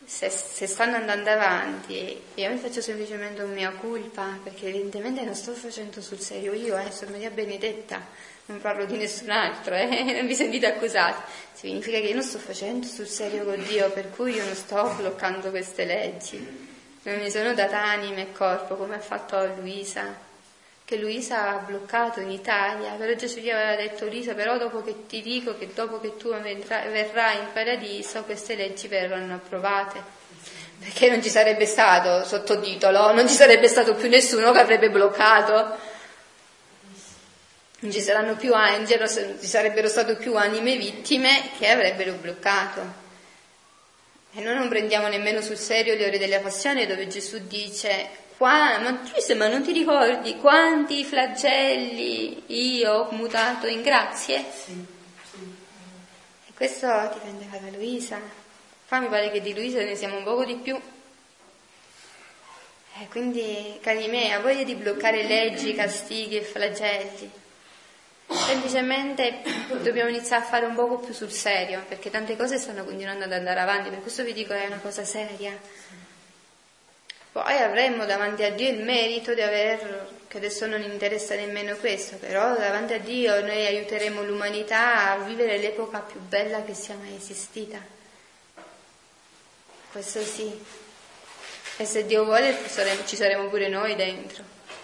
se stanno andando avanti, io mi faccio semplicemente un mea culpa, perché evidentemente non sto facendo sul serio io, sono Maria Benedetta, non parlo di nessun altro, non vi sentite accusati. Significa che io non sto facendo sul serio con Dio, per cui io non sto bloccando queste leggi. Non mi sono data anima e corpo come ha fatto Luisa, che Luisa ha bloccato in Italia, però Gesù gli aveva detto: Luisa, però dopo che ti dico che dopo che tu verrai in paradiso queste leggi verranno approvate, perché non ci sarebbe stato sottotitolo, non ci sarebbe stato più nessuno che avrebbe bloccato, non ci saranno più angeli, ci sarebbero state più anime vittime che avrebbero bloccato. E noi non prendiamo nemmeno sul serio le ore della passione, dove Gesù dice: ma non ti ricordi quanti flagelli io ho mutato in grazie? Sì. E questo dipendeva da Luisa. Qua mi pare che di Luisa ne siamo un poco di più. Quindi, cari miei, ha voglia di bloccare leggi, castighi e flagelli. Semplicemente dobbiamo iniziare a fare un poco più sul serio, perché tante cose stanno continuando ad andare avanti, per questo vi dico che è una cosa seria. Poi avremmo davanti a Dio il merito di che adesso non interessa nemmeno questo, però davanti a Dio noi aiuteremo l'umanità a vivere l'epoca più bella che sia mai esistita. Questo sì. E se Dio vuole ci saremo pure noi dentro.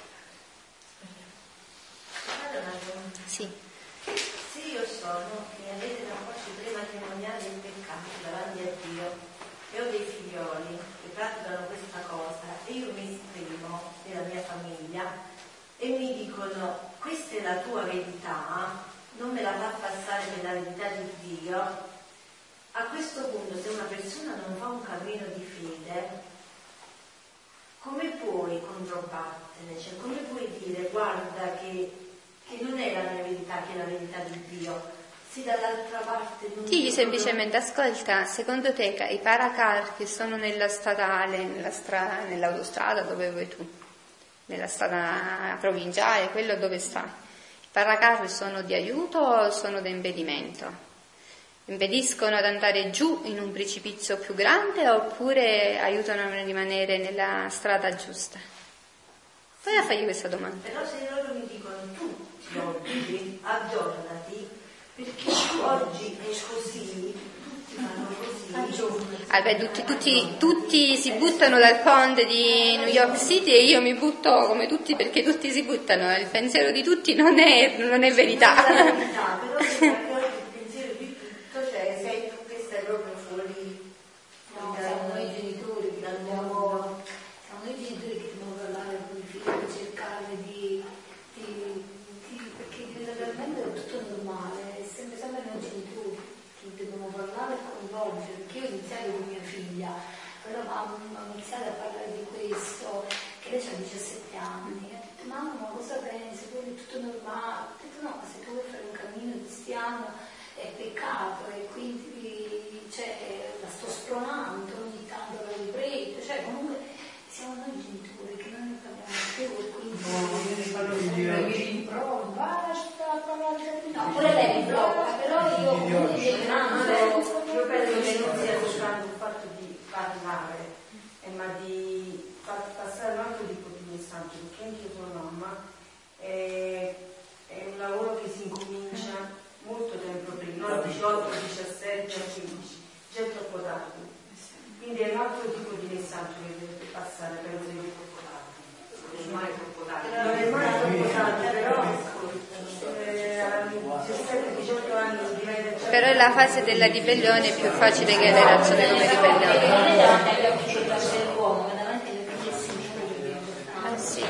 Sì. Se io sono che avete una voce prematrimoniale in peccato davanti a Dio e ho dei figlioli che praticano questa cosa e io mi esprimo nella mia famiglia e mi dicono: questa è la tua verità, non me la fa passare per la verità di Dio, a questo punto se una persona non fa un cammino di fede, come puoi controbattere? Cioè, come puoi dire: guarda che non è la mia verità, che è la verità di Dio, se dall'altra parte non... Digli semplicemente: ascolta, secondo te i paracar che sono nella statale, nell'autostrada dove vuoi tu, nella strada provinciale, quello dove stai, i paracar sono di aiuto o sono di impedimento? Impediscono ad andare giù in un precipizio più grande oppure aiutano a rimanere nella strada giusta? Vai a fargli questa domanda. Però se loro mi dicono: tu oggi aggiornati, perché oggi è così, tutti fanno così. Tutti si buttano dal ponte di New York City e io mi butto come tutti, perché tutti si buttano. Il pensiero di tutti non è verità. Non è la verità, però sembra che il pensiero di tutto, cioè sei tu che stai proprio fuori. No, siamo noi genitori che dobbiamo parlare con i figli, cercare di perché realmente è tutto normale, è sempre noi genitori che dobbiamo parlare e coinvolgere, perché io ho iniziato con mia figlia, però ho iniziato a parlare di questo, che lei ha 17 anni, ha detto: mamma, ma cosa pensi? Poi è tutto normale. Ho detto: no, ma se tu vuoi fare un cammino cristiano è peccato, e quindi la sto spronando ogni tanto, la riprendo, comunque siamo noi genitori che non ne parliamo più, e quindi mi rimprovero, basta parlare. No, pure lei mi blocca, però io comunque io penso che non sia soltanto il fatto di parlare, ma di far passare un altro tipo di messaggio, perché anche io sono mamma, è un lavoro che si incomincia molto tempo prima, no? 18, 17, 15, già è troppo tardi. Quindi è un altro tipo di messaggio che dovete passare, per esempio, troppo tardi. Non è mai troppo tardi. Non è mai troppo tardi, però a 17-18 anni diventa... Però è la fase della ribellione più facile che la reazione come ribellione. Ah sì.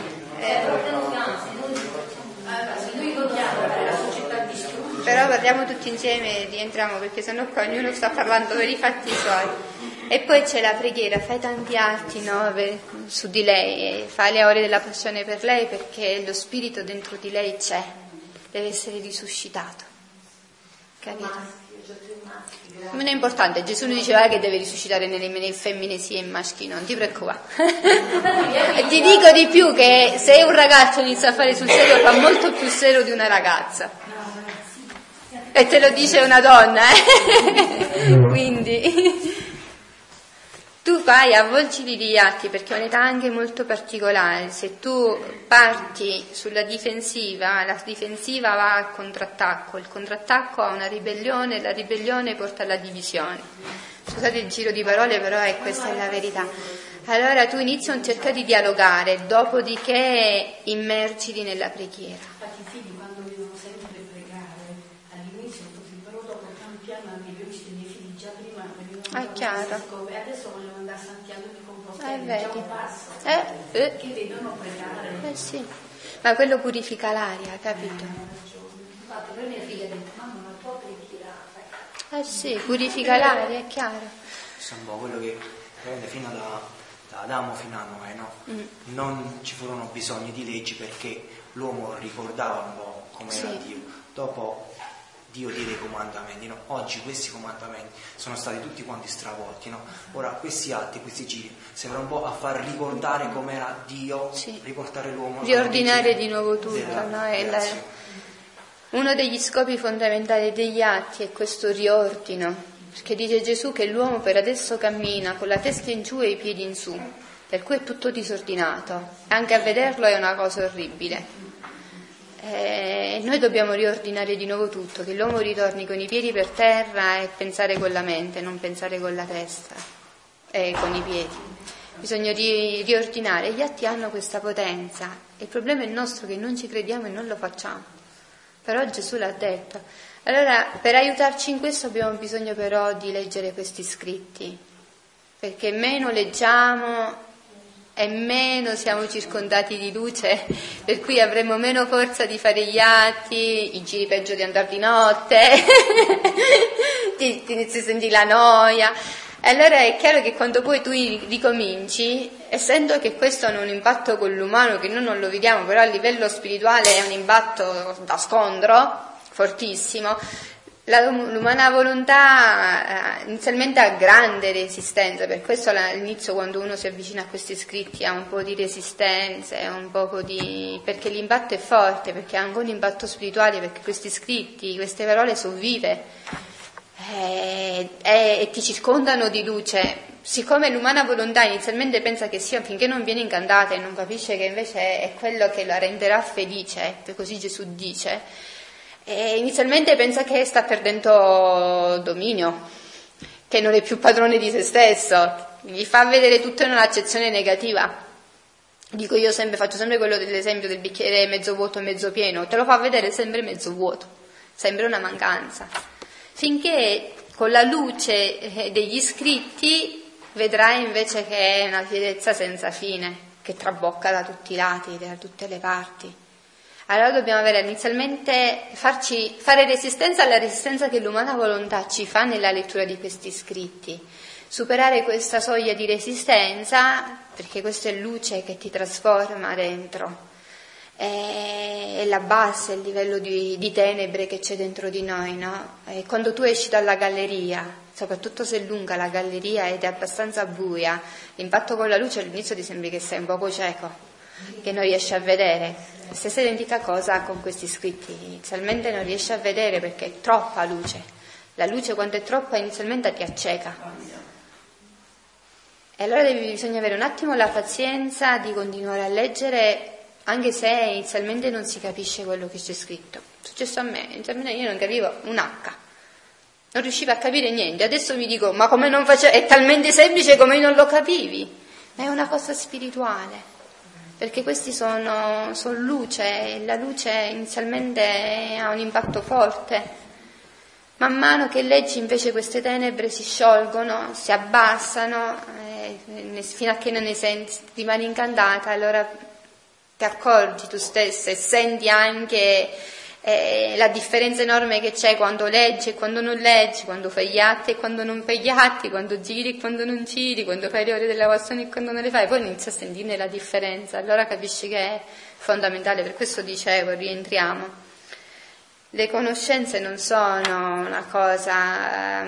Però parliamo tutti insieme e rientriamo, perché sennò qua ognuno sta parlando per i fatti suoi. E poi c'è la preghiera, fai tanti atti, no, su di lei, e fai le ore della passione per lei, perché lo spirito dentro di lei c'è, deve essere risuscitato, capito? Non è importante, Gesù non diceva che deve risuscitare nelle femmine sì e maschi, non ti preoccupare. E ti dico di più, che se un ragazzo inizia a fare sul serio fa molto più serio di una ragazza, e te lo dice una donna, quindi Tu fai avvolgili gli atti perché è un'età anche molto particolare. Se tu parti sulla difensiva, la difensiva va al contrattacco, il contrattacco ha una ribellione, la ribellione porta alla divisione. Scusate il giro di parole, però questa è la verità. Allora tu inizi a cercare di dialogare, dopodiché immergiti nella preghiera. Infatti i figli quando devono sempre pregare, all'inizio così, però dopo pian piano anche io ho visto i miei figli già prima È chiaro. e adesso vogliono andare a Santiago di Compostela, vedi. già un passo, che vedono pregare. Sì, ma quello purifica l'aria, capito? Infatti poi mia figlia ha detto, mamma non può pregare. Sì, purifica l'aria, è chiaro. Questo è un po' quello che prende fino da Adamo fino a Noè, no? Non ci furono bisogni di leggi perché l'uomo ricordava un po' come era Dio. Dopo Dio diede i comandamenti, no? Oggi questi comandamenti sono stati tutti quanti stravolti, no? Ora questi atti, questi giri sembrano un po' a far ricordare com'era Dio, riportare l'uomo, riordinare di nuovo tutto, no? Uno degli scopi fondamentali degli atti è questo riordino, perché dice Gesù che l'uomo per adesso cammina con la testa in giù e i piedi in su, per cui è tutto disordinato, anche a vederlo è una cosa orribile. Noi dobbiamo riordinare di nuovo tutto, che l'uomo ritorni con i piedi per terra e pensare con la mente, non pensare con la testa e con i piedi. Bisogna riordinare, gli atti hanno questa potenza, il problema è nostro che non ci crediamo e non lo facciamo, però Gesù l'ha detto. Allora, per aiutarci in questo abbiamo bisogno però di leggere questi scritti, perché meno leggiamo e meno siamo circondati di luce, per cui avremo meno forza di fare gli atti, i giri peggio di andare di notte, ti inizi a sentire la noia. Allora è chiaro che quando poi tu ricominci, essendo che questo ha un impatto con l'umano che noi non lo vediamo, però a livello spirituale è un impatto da scontro fortissimo, l'umana volontà inizialmente ha grande resistenza, per questo all'inizio quando uno si avvicina a questi scritti ha un po' di resistenza, perché l'impatto è forte, perché ha anche un impatto spirituale, perché questi scritti, queste parole sono vive e ti circondano di luce. Siccome l'umana volontà inizialmente pensa che sia finché non viene incantata e non capisce che invece è quello che la renderà felice, così Gesù dice, e inizialmente pensa che sta perdendo dominio, che non è più padrone di se stesso, gli fa vedere tutto in un'accezione negativa. Dico io faccio sempre quello dell'esempio del bicchiere mezzo vuoto e mezzo pieno, te lo fa vedere sempre mezzo vuoto, sempre una mancanza, finché con la luce degli scritti vedrai invece che è una pienezza senza fine, che trabocca da tutti i lati, da tutte le parti. Allora dobbiamo avere inizialmente fare resistenza alla resistenza che l'umana volontà ci fa nella lettura di questi scritti, superare questa soglia di resistenza, perché questa è luce che ti trasforma dentro e la abbassa il livello di tenebre che c'è dentro di noi, no? E quando tu esci dalla galleria, soprattutto se è lunga la galleria ed è abbastanza buia, l'impatto con la luce all'inizio ti sembra che sei un poco cieco, che non riesci a vedere. La stessa identica cosa con questi scritti, inizialmente non riesci a vedere perché è troppa luce, la luce quando è troppa inizialmente ti acceca, e allora bisogna avere un attimo la pazienza di continuare a leggere anche se inizialmente non si capisce quello che c'è scritto. È successo a me, inizialmente io non capivo un H, non riuscivo a capire niente, adesso mi dico ma come non facevo, è talmente semplice come non lo capivi, ma è una cosa spirituale. Perché questi sono luce, e la luce inizialmente ha un impatto forte. Man mano che leggi invece queste tenebre si sciolgono, si abbassano, fino a che non ne senti, rimani incantata, allora ti accorgi tu stessa e senti anche la differenza enorme che c'è quando leggi e quando non leggi, quando fai gli atti e quando non fai gli atti, quando giri e quando non giri, quando fai le ore delle lavazioni e quando non le fai, poi inizi a sentirne la differenza, allora capisci che è fondamentale. Per questo dicevo, rientriamo. Le conoscenze non sono una cosa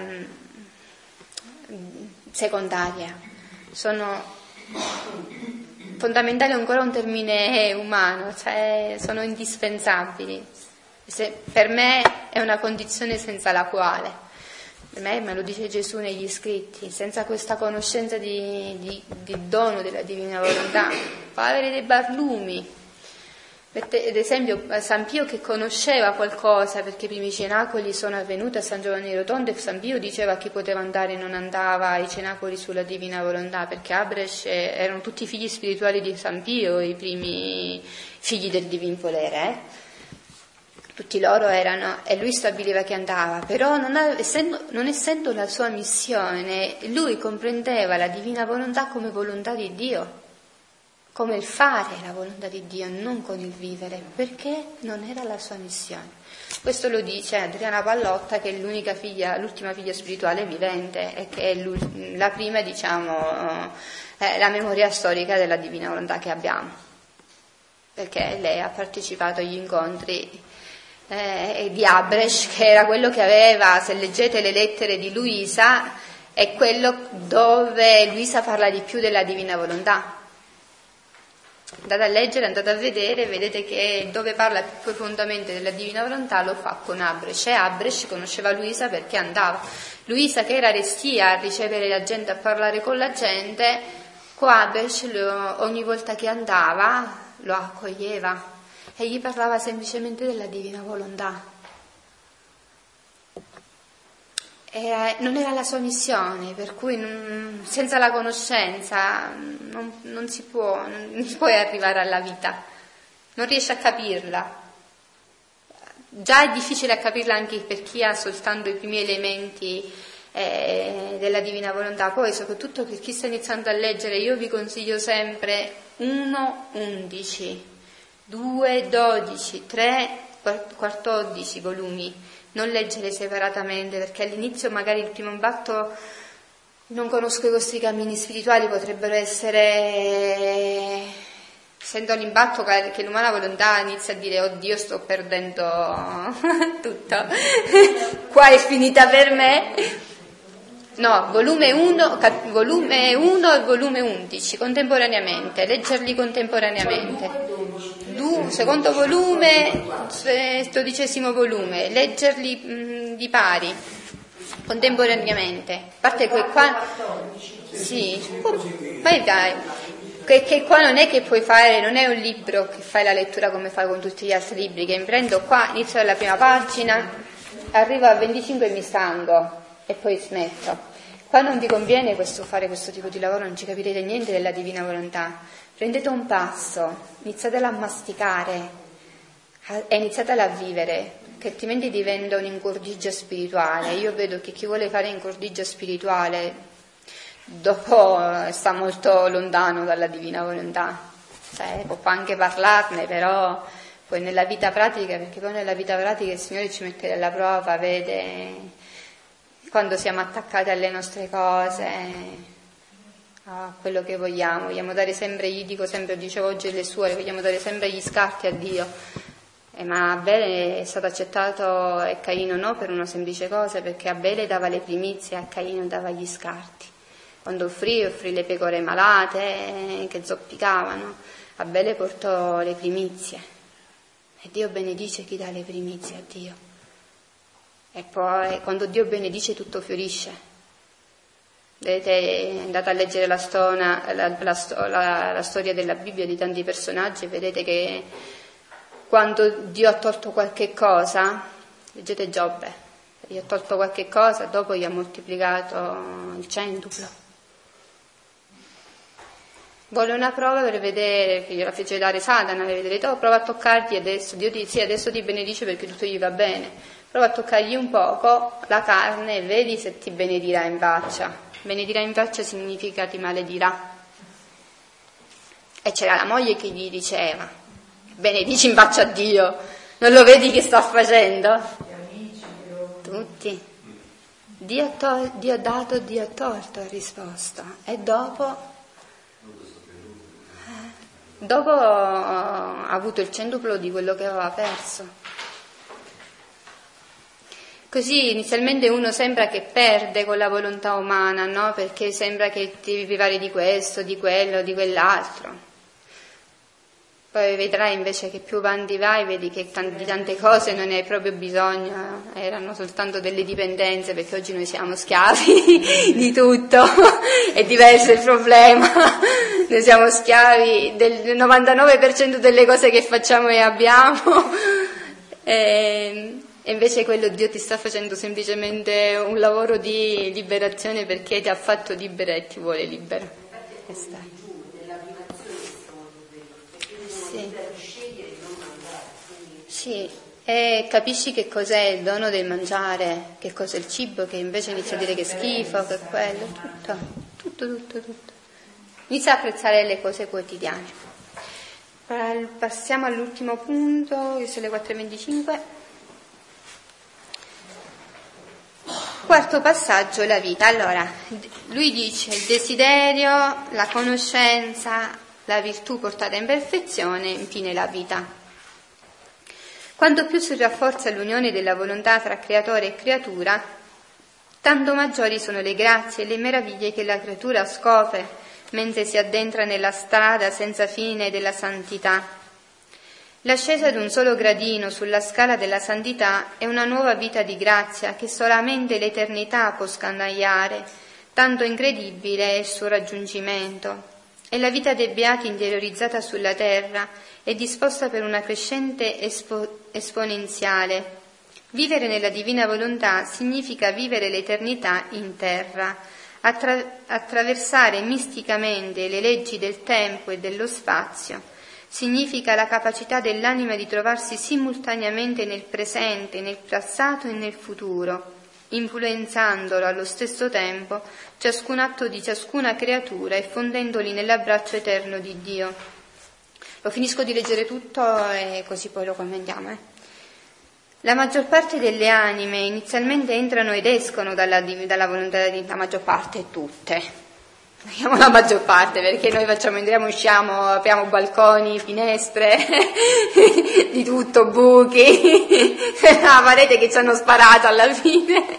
secondaria, sono fondamentali, ancora un termine umano, cioè sono indispensabili. Per me è una condizione senza la quale Me lo dice Gesù negli scritti, senza questa conoscenza di dono della divina volontà, padre dei barlumi. Ad esempio San Pio, che conosceva qualcosa, perché i primi cenacoli sono avvenuti a San Giovanni Rotondo, e San Pio diceva chi poteva andare e non andava ai cenacoli sulla divina volontà, perché Abresh erano tutti figli spirituali di San Pio, i primi figli del divin volere, tutti loro erano, e lui stabiliva che andava, però non essendo la sua missione, lui comprendeva la divina volontà come volontà di Dio, come il fare la volontà di Dio, non con il vivere, perché non era la sua missione. Questo lo dice Adriana Pallotta, che è l'ultima figlia spirituale vivente, e che è la prima, la memoria storica della divina volontà che abbiamo, perché lei ha partecipato agli incontri di Abresh, che era quello che aveva, se leggete le lettere di Luisa, è quello dove Luisa parla di più della divina volontà. Andate a leggere, andate a vedere, vedete che dove parla più profondamente della divina volontà lo fa con Abresh, e Abresh conosceva Luisa perché andava. Luisa, che era restia a ricevere la gente, a parlare con la gente, con Abresh ogni volta che andava lo accoglieva e gli parlava semplicemente della divina volontà. Non era la sua missione, per cui senza la conoscenza non si puoi arrivare alla vita, non riesci a capirla. Già è difficile a capirla anche per chi ha soltanto i primi elementi della divina volontà, poi soprattutto per chi sta iniziando a leggere, io vi consiglio sempre 1-11, 2-12, 3-14 volumi. Non leggere separatamente, perché all'inizio magari il primo impatto, non conosco i vostri cammini spirituali, potrebbero essere, sento l'impatto che l'umana volontà inizia a dire oddio sto perdendo tutto, qua è finita per me. No, volume 1 e volume 11 contemporaneamente, leggerli contemporaneamente. Secondo volume, 12° volume, leggerli di pari, contemporaneamente. A parte che qua, sì, vai, che qua non è che puoi fare, non è un libro che fai la lettura come fai con tutti gli altri libri, che prendo qua, inizio dalla prima pagina, arrivo a 25 e mi stanco e poi smetto. Qua non vi conviene fare questo tipo di lavoro, non ci capirete niente della divina volontà. Prendete un passo, iniziatela a masticare e iniziatela a vivere, che altrimenti diventa un'ingordigia spirituale. Io vedo che chi vuole fare ingordigia spirituale dopo sta molto lontano dalla divina volontà. Può anche parlarne, però poi nella vita pratica, perché poi nella vita pratica il Signore ci mette alla prova, vede quando siamo attaccati alle nostre cose, a quello che vogliamo dare sempre, dicevo oggi alle suore, vogliamo dare sempre gli scarti a Dio, ma Abele è stato accettato e Caino no, per una semplice cosa, perché Abele dava le primizie e a Caino dava gli scarti. Quando offrì le pecore malate che zoppicavano, Abele portò le primizie, e Dio benedice chi dà le primizie a Dio, e poi quando Dio benedice tutto fiorisce. Vedete, andate a leggere la storia della Bibbia di tanti personaggi, vedete che quando Dio ha tolto qualche cosa, leggete Giobbe, gli ha tolto qualche cosa, dopo gli ha moltiplicato il centuplo. Vuole una prova per vedere, che gliela fece dare Satana, per vedere, prova a toccargli adesso, Dio sì, adesso ti benedice perché tutto gli va bene, prova a toccargli un poco la carne e vedi se ti benedirà in faccia. Benedirà in faccia significa ti maledirà. E c'era la moglie che gli diceva, benedici in faccia a Dio, non lo vedi che sta facendo? Tutti. Dio ha dato, Dio ha tolto, ha risposto. E dopo ha avuto il centuplo di quello che aveva perso. Così inizialmente uno sembra che perde con la volontà umana, no? Perché sembra che devi privare di questo, di quello, di quell'altro. Poi vedrai invece che più avanti vai, vedi che di tante cose non ne hai proprio bisogno, erano soltanto delle dipendenze, perché oggi noi siamo schiavi di tutto, è diverso il problema, noi siamo schiavi del 99% delle cose che facciamo e abbiamo, e invece quello Dio ti sta facendo semplicemente un lavoro di liberazione, perché ti ha fatto libera e ti vuole libera. Sì, e capisci che cos'è il dono del mangiare, che cos'è il cibo, che invece inizia a dire che è schifo, che è quello, tutto. Inizia a apprezzare le cose quotidiane. Passiamo all'ultimo punto, che sono le 4:25. Quarto passaggio, la vita. Allora, lui dice il desiderio, la conoscenza, la virtù portata in perfezione, infine la vita. Quanto più si rafforza l'unione della volontà tra creatore e creatura, tanto maggiori sono le grazie e le meraviglie che la creatura scopre mentre si addentra nella strada senza fine della santità. L'ascesa di un solo gradino sulla scala della santità è una nuova vita di grazia che solamente l'eternità può scandagliare, tanto incredibile è il suo raggiungimento. È la vita dei beati interiorizzata sulla terra e disposta per una crescente esponenziale. Vivere nella divina volontà significa vivere l'eternità in terra, attraversare misticamente le leggi del tempo e dello spazio. Significa la capacità dell'anima di trovarsi simultaneamente nel presente, nel passato e nel futuro, influenzandolo allo stesso tempo ciascun atto di ciascuna creatura e fondendoli nell'abbraccio eterno di Dio. Lo finisco di leggere tutto e così poi lo commentiamo. La maggior parte delle anime inizialmente entrano ed escono dalla volontà di Dio, la maggior parte, tutte. Vediamo la maggior parte, perché noi entriamo, usciamo, apriamo balconi, finestre, di tutto, buchi, la parete che ci hanno sparato alla fine.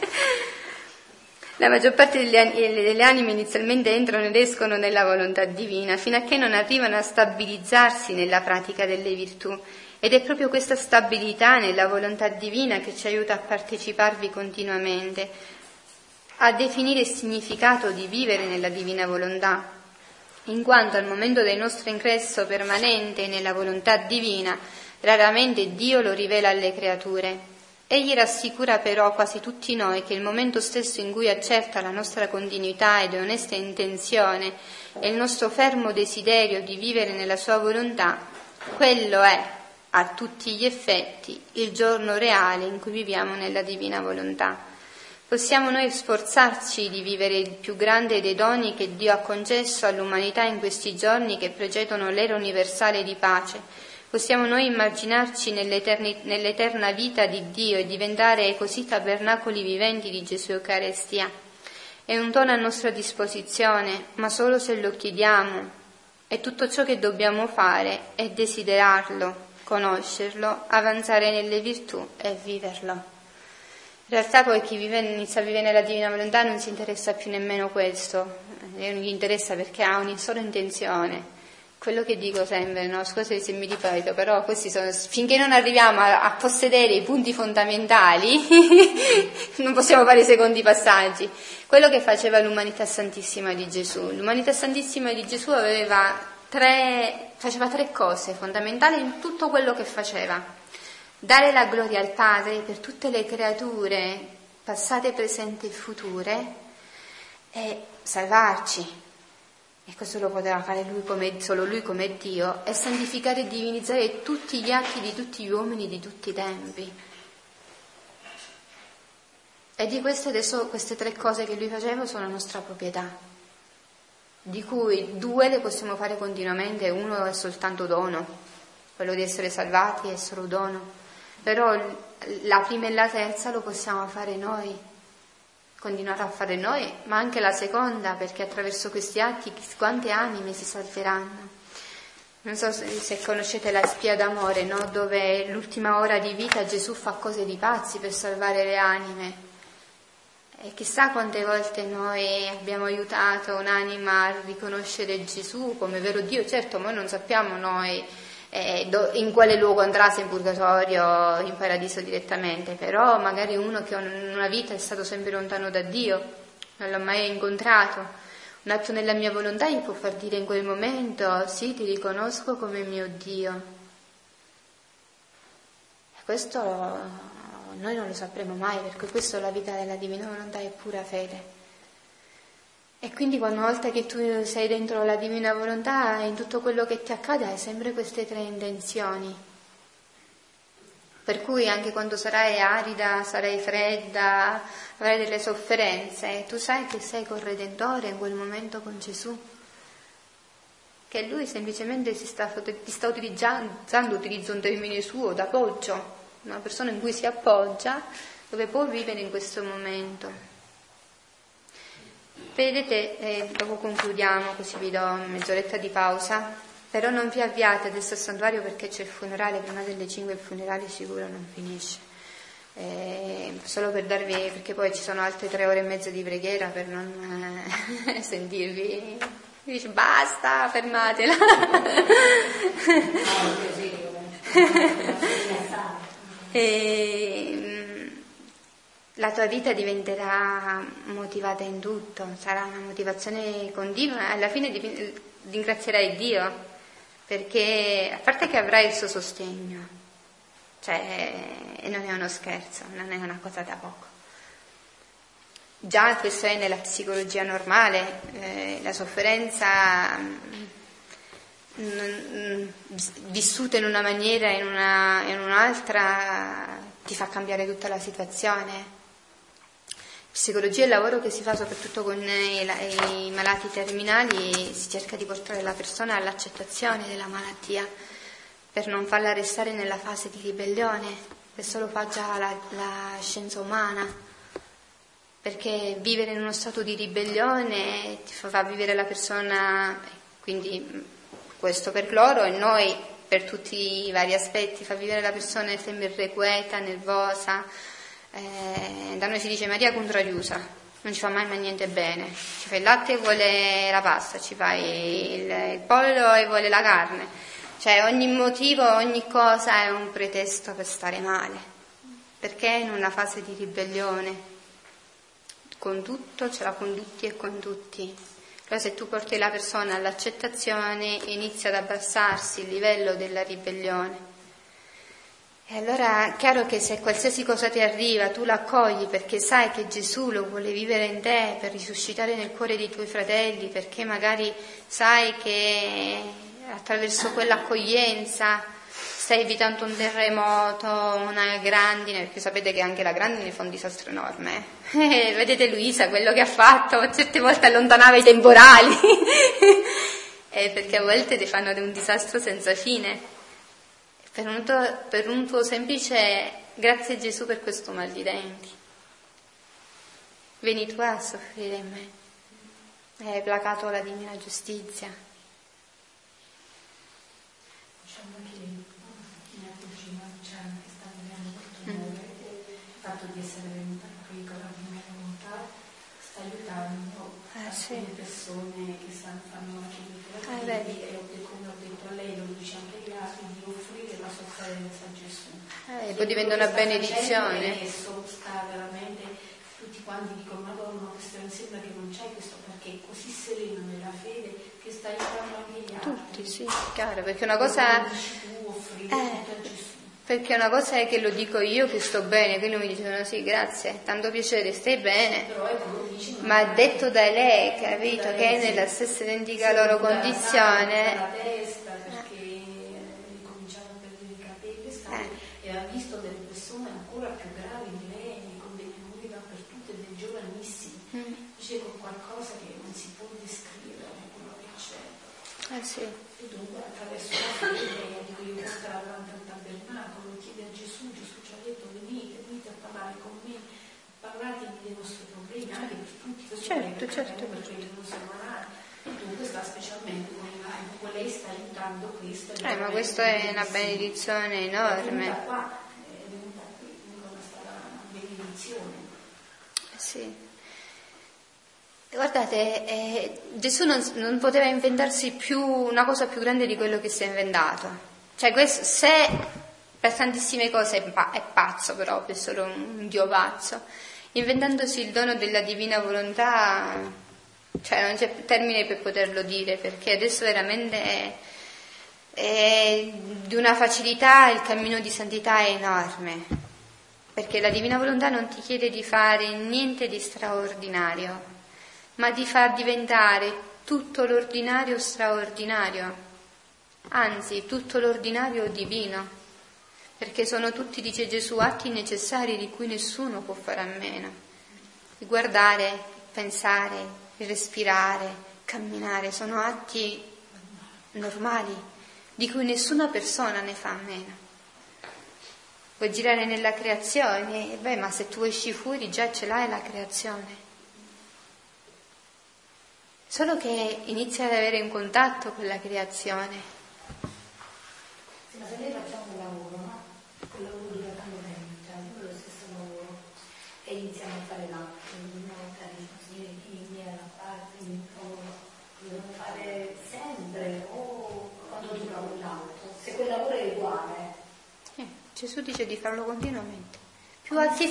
La maggior parte delle anime inizialmente entrano ed escono nella volontà divina, fino a che non arrivano a stabilizzarsi nella pratica delle virtù. Ed è proprio questa stabilità nella volontà divina che ci aiuta a parteciparvi continuamente, a definire il significato di vivere nella divina volontà, in quanto al momento del nostro ingresso permanente nella volontà divina, raramente Dio lo rivela alle creature. Egli rassicura però quasi tutti noi che il momento stesso in cui accerta la nostra continuità ed onesta intenzione e il nostro fermo desiderio di vivere nella sua volontà, quello è, a tutti gli effetti, il giorno reale in cui viviamo nella divina volontà. Possiamo noi sforzarci di vivere il più grande dei doni che Dio ha concesso all'umanità in questi giorni che precedono l'era universale di pace. Possiamo noi immaginarci nell'eterna vita di Dio e diventare così tabernacoli viventi di Gesù Eucaristia. È un dono a nostra disposizione, ma solo se lo chiediamo. E tutto ciò che dobbiamo fare è desiderarlo, conoscerlo, avanzare nelle virtù e viverlo. In realtà poi chi inizia a vivere nella divina volontà non si interessa più nemmeno questo, non gli interessa perché ha una sola intenzione. Quello che dico sempre, no? Scusate se mi ripeto, però questi sono, finché non arriviamo a possedere i punti fondamentali non possiamo fare i secondi passaggi. Quello che faceva l'umanità santissima di Gesù. L'umanità santissima di Gesù faceva tre cose fondamentali in tutto quello che faceva: dare la gloria al Padre per tutte le creature passate, presenti e future, e salvarci. E questo lo poteva fare solo lui come Dio, e santificare e divinizzare tutti gli atti di tutti gli uomini di tutti i tempi. E di queste adesso, queste tre cose che lui faceva sono la nostra proprietà, di cui due le possiamo fare continuamente, uno è soltanto dono, quello di essere salvati è solo dono, però la prima e la terza lo possiamo fare noi, continuare a fare noi, ma anche la seconda, perché attraverso questi atti quante anime si salveranno. Non so se conoscete la spia d'amore, no? Dove l'ultima ora di vita Gesù fa cose di pazzi per salvare le anime. E chissà quante volte noi abbiamo aiutato un'anima a riconoscere Gesù come vero Dio. Certo, noi non sappiamo noi in quale luogo andrà, se in purgatorio, in paradiso direttamente, però magari uno che in una vita è stato sempre lontano da Dio, non l'ho mai incontrato, un atto nella mia volontà gli può far dire in quel momento: sì, ti riconosco come mio Dio. E questo noi non lo sapremo mai, perché questo, la vita della divina volontà, è pura fede. E quindi una volta che tu sei dentro la divina volontà, in tutto quello che ti accade hai sempre queste 3 intenzioni. Per cui anche quando sarai arida, sarai fredda, avrai delle sofferenze, tu sai che sei col Redentore in quel momento, con Gesù, che Lui semplicemente ti sta utilizzando, utilizzo un termine suo, d'appoggio, una persona in cui si appoggia, dove può vivere in questo momento. Vedete, dopo concludiamo, così vi do mezz'oretta di pausa, però non vi avviate adesso al santuario perché c'è il funerale, prima delle 5 il funerale sicuro non finisce. Solo per darvi, perché poi ci sono altre 3 ore e mezza di preghiera per non sentirvi, dice basta, fermatela. La tua vita diventerà motivata in tutto, sarà una motivazione continua e alla fine ringrazierai Dio, perché a parte che avrai il suo sostegno, e non è uno scherzo, non è una cosa da poco. Già questo è nella psicologia normale, la sofferenza vissuta in una maniera e in un'altra ti fa cambiare tutta la situazione. Psicologia è il lavoro che si fa soprattutto con i malati terminali, si cerca di portare la persona all'accettazione della malattia per non farla restare nella fase di ribellione. Questo lo fa già la scienza umana, perché vivere in uno stato di ribellione ti fa vivere la persona, quindi questo per loro e noi per tutti i vari aspetti, fa vivere la persona sempre irrequieta, nervosa. Da noi si dice Maria contrariusa, non ci fa mai niente bene, ci fai il latte e vuole la pasta, ci fai il pollo e vuole la carne, cioè ogni motivo, ogni cosa è un pretesto per stare male, perché è in una fase di ribellione, con tutto ce l'ha con tutti e con tutti. Però se tu porti la persona all'accettazione inizia ad abbassarsi il livello della ribellione. E allora è chiaro che se qualsiasi cosa ti arriva tu l'accogli perché sai che Gesù lo vuole vivere in te per risuscitare nel cuore dei tuoi fratelli, perché magari sai che attraverso quell'accoglienza stai evitando un terremoto, una grandine, perché sapete che anche la grandine fa un disastro enorme. Vedete Luisa, quello che ha fatto, certe volte allontanava i temporali, perché a volte ti fanno un disastro senza fine. Per un tuo semplice grazie Gesù per questo mal di denti. Vieni tu a soffrire in me. Hai placato la divina giustizia. Diciamo che mia cugina Luciana, che sta vivendo molto bene, il fatto di essere venuta qui con la divina volontà sta aiutando alcune persone che fanno la chemioterapia e come ho detto a lei, lo dice anche gli altri, di offrire la sofferenza a Gesù. E poi diventa una benedizione. Adesso sta veramente, tutti quanti dicono Madonna, questo mi sembra che non c'è questo, perché è così sereno nella fede che sta aiutando anche gli altri. Tutti, sì, chiaro, perché una cosa perché una cosa è che lo dico io che sto bene, quindi mi dicono sì, grazie, tanto piacere, stai bene, ma detto da lei, capito, che è nella stessa identica loro condizione. La testa perché cominciava a perdere i capelli e ha visto delle persone ancora più gravi di lei, con dei tumori dappertutto e dei giovanissimi, dice con qualcosa che non si può descrivere quello che c'è. Sì. E dunque attraverso la fede io portare davanti al tabernacolo, chiede a Gesù, Gesù ci ha detto venite a parlare con me, parlatevi dei vostri problemi, anche per tutti, certo. per quelli che non sono malati. E dunque sta specialmente con lei sta aiutando questo. Ma questo è una benedizione enorme. È venuta qui con questa benedizione. Sì. Guardate, Gesù non poteva inventarsi più una cosa più grande di quello che si è inventato. Cioè questo, se per tantissime cose è pazzo proprio, è solo un Dio pazzo, inventandosi il dono della divina volontà, cioè non c'è termine per poterlo dire, perché adesso veramente è di una facilità, il cammino di santità è enorme, perché la divina volontà non ti chiede di fare niente di straordinario, ma di far diventare tutto l'ordinario straordinario, anzi tutto l'ordinario divino, perché sono tutti, dice Gesù, atti necessari di cui nessuno può fare a meno. Il guardare, il pensare, il respirare, camminare, sono atti normali di cui nessuna persona ne fa a meno. Vuoi girare nella creazione? Ma se tu esci fuori già ce l'hai la creazione. Solo che inizia ad avere un contatto con la creazione. Sì, ma se noi facciamo un lavoro, no? Quel lavoro dura tanto tempo, cioè lo stesso lavoro, e iniziamo a fare l'altro, una volta viene la parte, dobbiamo fare sempre, o quando dura quell'altro, se quel lavoro è uguale. Gesù dice di farlo continuamente. Più atti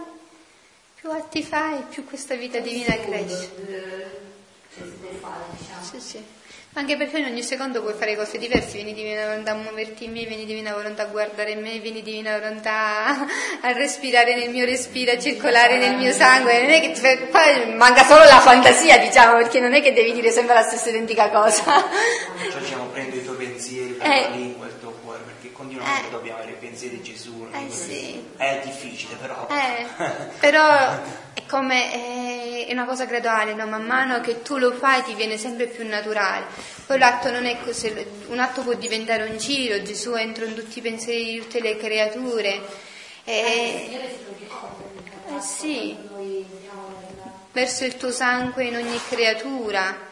fai, più questa vita divina cresce. Si può fare, diciamo. Sì. Anche perché in ogni secondo puoi fare cose diverse, vieni divina volontà a muoverti in me, vieni divina volontà a guardare in me, vieni divina volontà a respirare nel mio respiro, a circolare nel mio sangue. Non è che poi manca solo la fantasia, diciamo, perché non è che devi dire sempre la stessa identica cosa. Cioè diciamo, prendo i tuoi pensieri per la lingua e il tuo cuore, perché continuamente dobbiamo avere i pensieri di Gesù. Sì. È difficile, però. Però è come è una cosa graduale, no? Man mano che tu lo fai ti viene sempre più naturale. Poi l'atto non è così, un atto può diventare un giro, Gesù entra in tutti i pensieri di tutte le creature. Sì, verso il tuo sangue in ogni creatura.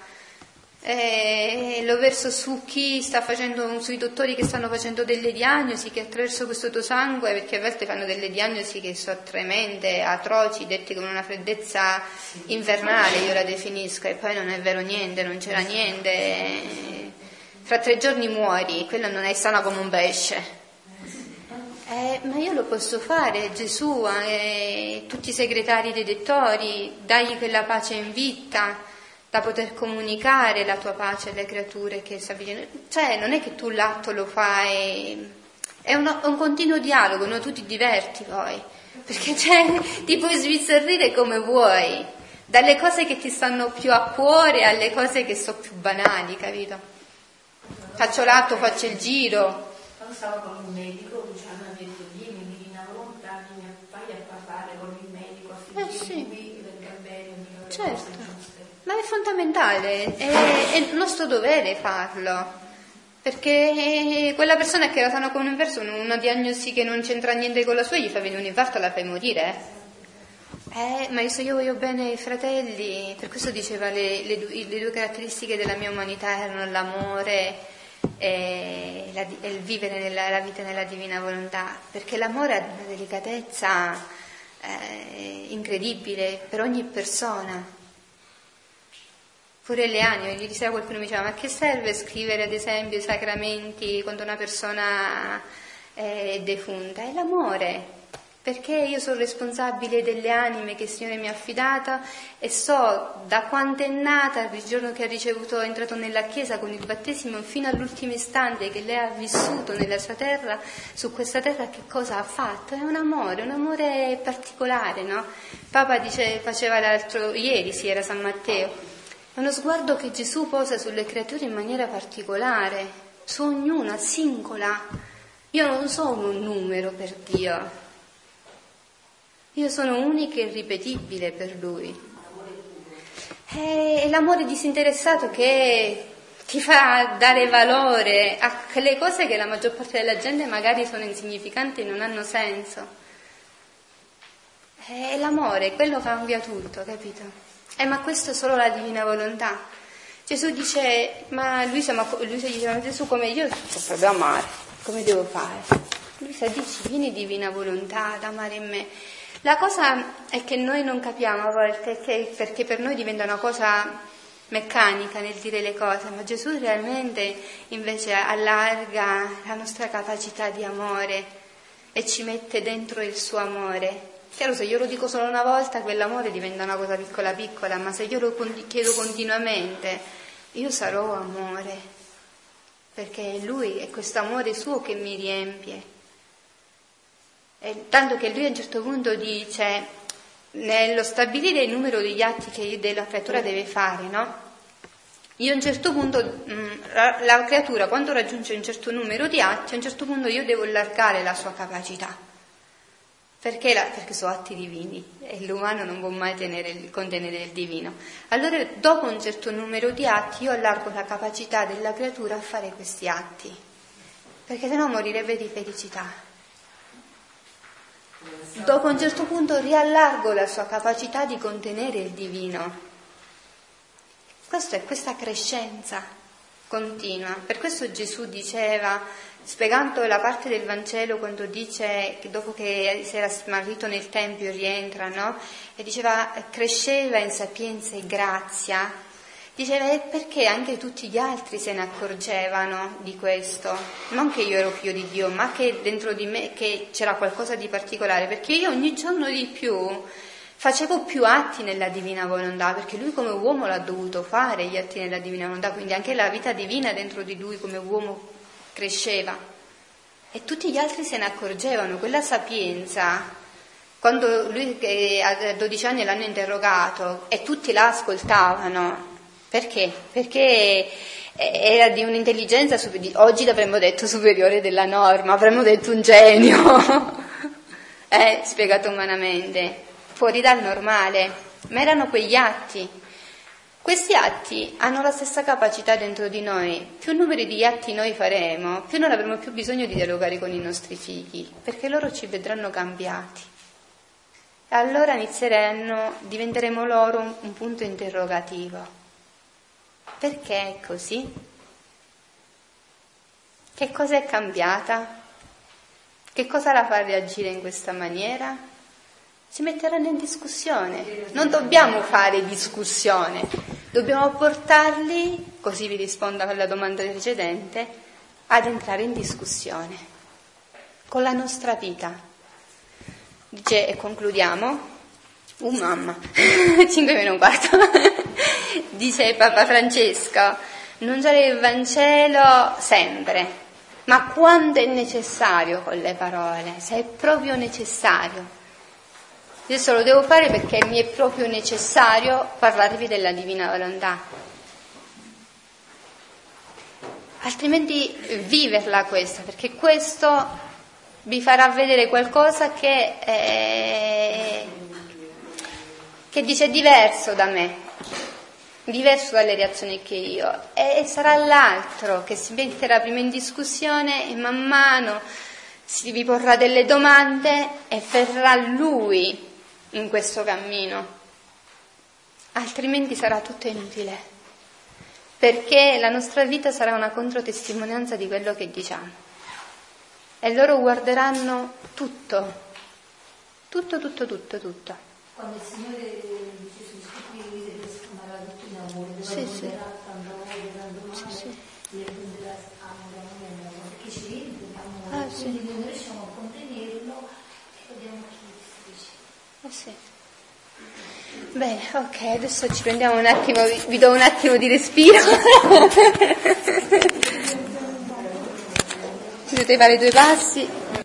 Lo verso su chi sta facendo, sui dottori che stanno facendo delle diagnosi, che attraverso questo tuo sangue, perché a volte fanno delle diagnosi che sono tremende, atroci, dette con una freddezza infernale, io la definisco, e poi non è vero niente, non c'era niente, fra 3 giorni muori, quello non è sana come un pesce. Ma io lo posso fare, Gesù, tutti i segretari dei dottori, dagli quella pace in vita, da poter comunicare la tua pace alle creature che si avvicinano. Cioè non è che tu l'atto lo fai, è un continuo dialogo, no? Tu ti diverti poi, perché ti puoi sbizzarrire come vuoi, dalle cose che ti stanno più a cuore alle cose che sono più banali, capito? Faccio l'atto, faccio il giro. Quando stavo con un medico, ci hanno detto vieni divina volontà, vai a parlare con il medico affinché lui venga bene, certo. Ma è fondamentale, è il nostro dovere farlo, perché quella persona che era sana con un infarto, una diagnosi che non c'entra niente con la sua, gli fa venire un infarto, la fai morire. Ma se io voglio bene ai fratelli, per questo diceva le 2 caratteristiche della mia umanità erano l'amore e il vivere la vita nella divina volontà, perché l'amore ha una delicatezza incredibile per ogni persona. Pure le anime, ieri sera qualcuno mi diceva: ma che serve scrivere ad esempio i sacramenti quando una persona è defunta? È l'amore, perché io sono responsabile delle anime che il Signore mi ha affidato e so da quando è nata, il giorno che è entrato nella Chiesa con il battesimo, fino all'ultimo istante che lei ha vissuto nella sua terra, su questa terra, che cosa ha fatto? È un amore particolare, no? Papa faceva ieri, era San Matteo. È uno sguardo che Gesù posa sulle creature in maniera particolare, su ognuna, singola. Io non sono un numero per Dio, io sono unica e irripetibile per Lui. È l'amore disinteressato che ti fa dare valore a quelle cose che la maggior parte della gente magari sono insignificanti e non hanno senso. È l'amore, quello cambia tutto, capito? Ma questo è solo la divina volontà. Gesù dice, ma lui si dice: ma Gesù, come io sono proprio amare, come devo fare? Lui si dice: vieni divina volontà ad amare in me. La cosa è che noi non capiamo a volte, perché per noi diventa una cosa meccanica nel dire le cose, ma Gesù realmente invece allarga la nostra capacità di amore e ci mette dentro il suo amore. Chiaro, se io lo dico solo una volta, quell'amore diventa una cosa piccola piccola, ma se io lo chiedo continuamente, io sarò amore, perché è Lui, è questo amore suo che mi riempie. E tanto che Lui a un certo punto dice, nello stabilire il numero degli atti che la creatura deve fare, no? Io a un certo punto, la creatura quando raggiunge un certo numero di atti, a un certo punto io devo allargare la sua capacità. Perché sono atti divini e l'umano non può mai contenere il divino. Allora dopo un certo numero di atti io allargo la capacità della creatura a fare questi atti, perché sennò morirebbe di felicità. Dopo un certo punto riallargo la sua capacità di contenere il divino. Questa è questa crescenza continua. Per questo Gesù diceva, spiegando la parte del Vangelo quando dice che dopo che si era smarrito nel Tempio rientra, no? E diceva cresceva in sapienza e grazia, diceva perché anche tutti gli altri se ne accorgevano di questo, non che io ero figlio di Dio, ma che dentro di me che c'era qualcosa di particolare, perché io ogni giorno di più facevo più atti nella divina volontà, perché lui come uomo l'ha dovuto fare gli atti nella divina volontà, quindi anche la vita divina dentro di lui come uomo cresceva e tutti gli altri se ne accorgevano. Quella sapienza, quando lui a 12 anni l'hanno interrogato e tutti la ascoltavano, perché? Perché era di un'intelligenza oggi l'avremmo detto superiore della norma, avremmo detto un genio spiegato umanamente, fuori dal normale, ma erano quegli atti. Questi atti hanno la stessa capacità dentro di noi. Più numeri di atti noi faremo, più non avremo più bisogno di dialogare con i nostri figli, perché loro ci vedranno cambiati. E allora diventeremo loro un punto interrogativo. Perché è così? Che cosa è cambiata? Che cosa la fa reagire in questa maniera? Si metteranno in discussione. Non dobbiamo fare discussione, dobbiamo portarli, così vi rispondo alla domanda precedente, ad entrare in discussione con la nostra vita. Dice, e concludiamo, mamma, 5:15, dice Papa Francesco, annunciare il Vangelo sempre, ma quando è necessario con le parole, se è proprio necessario. Adesso lo devo fare perché mi è proprio necessario parlarvi della divina volontà. Altrimenti viverla questa, perché questo vi farà vedere qualcosa che dice diverso da me, diverso dalle reazioni che io, e sarà l'altro che si metterà prima in discussione e man mano vi porrà delle domande e verrà lui in questo cammino, altrimenti sarà tutto inutile, perché la nostra vita sarà una controtestimonianza di quello che diciamo e loro guarderanno tutto. Quando il Signore Gesù scrive che sfumarà tutto in amore, donderà tanto amore, gli donderà amore, perché ci vede amore, quindi non riusciamo a contenerlo e dobbiamo sì. Bene, ok, adesso ci prendiamo un attimo, vi do un attimo di respiro. Potete fare 2 passi.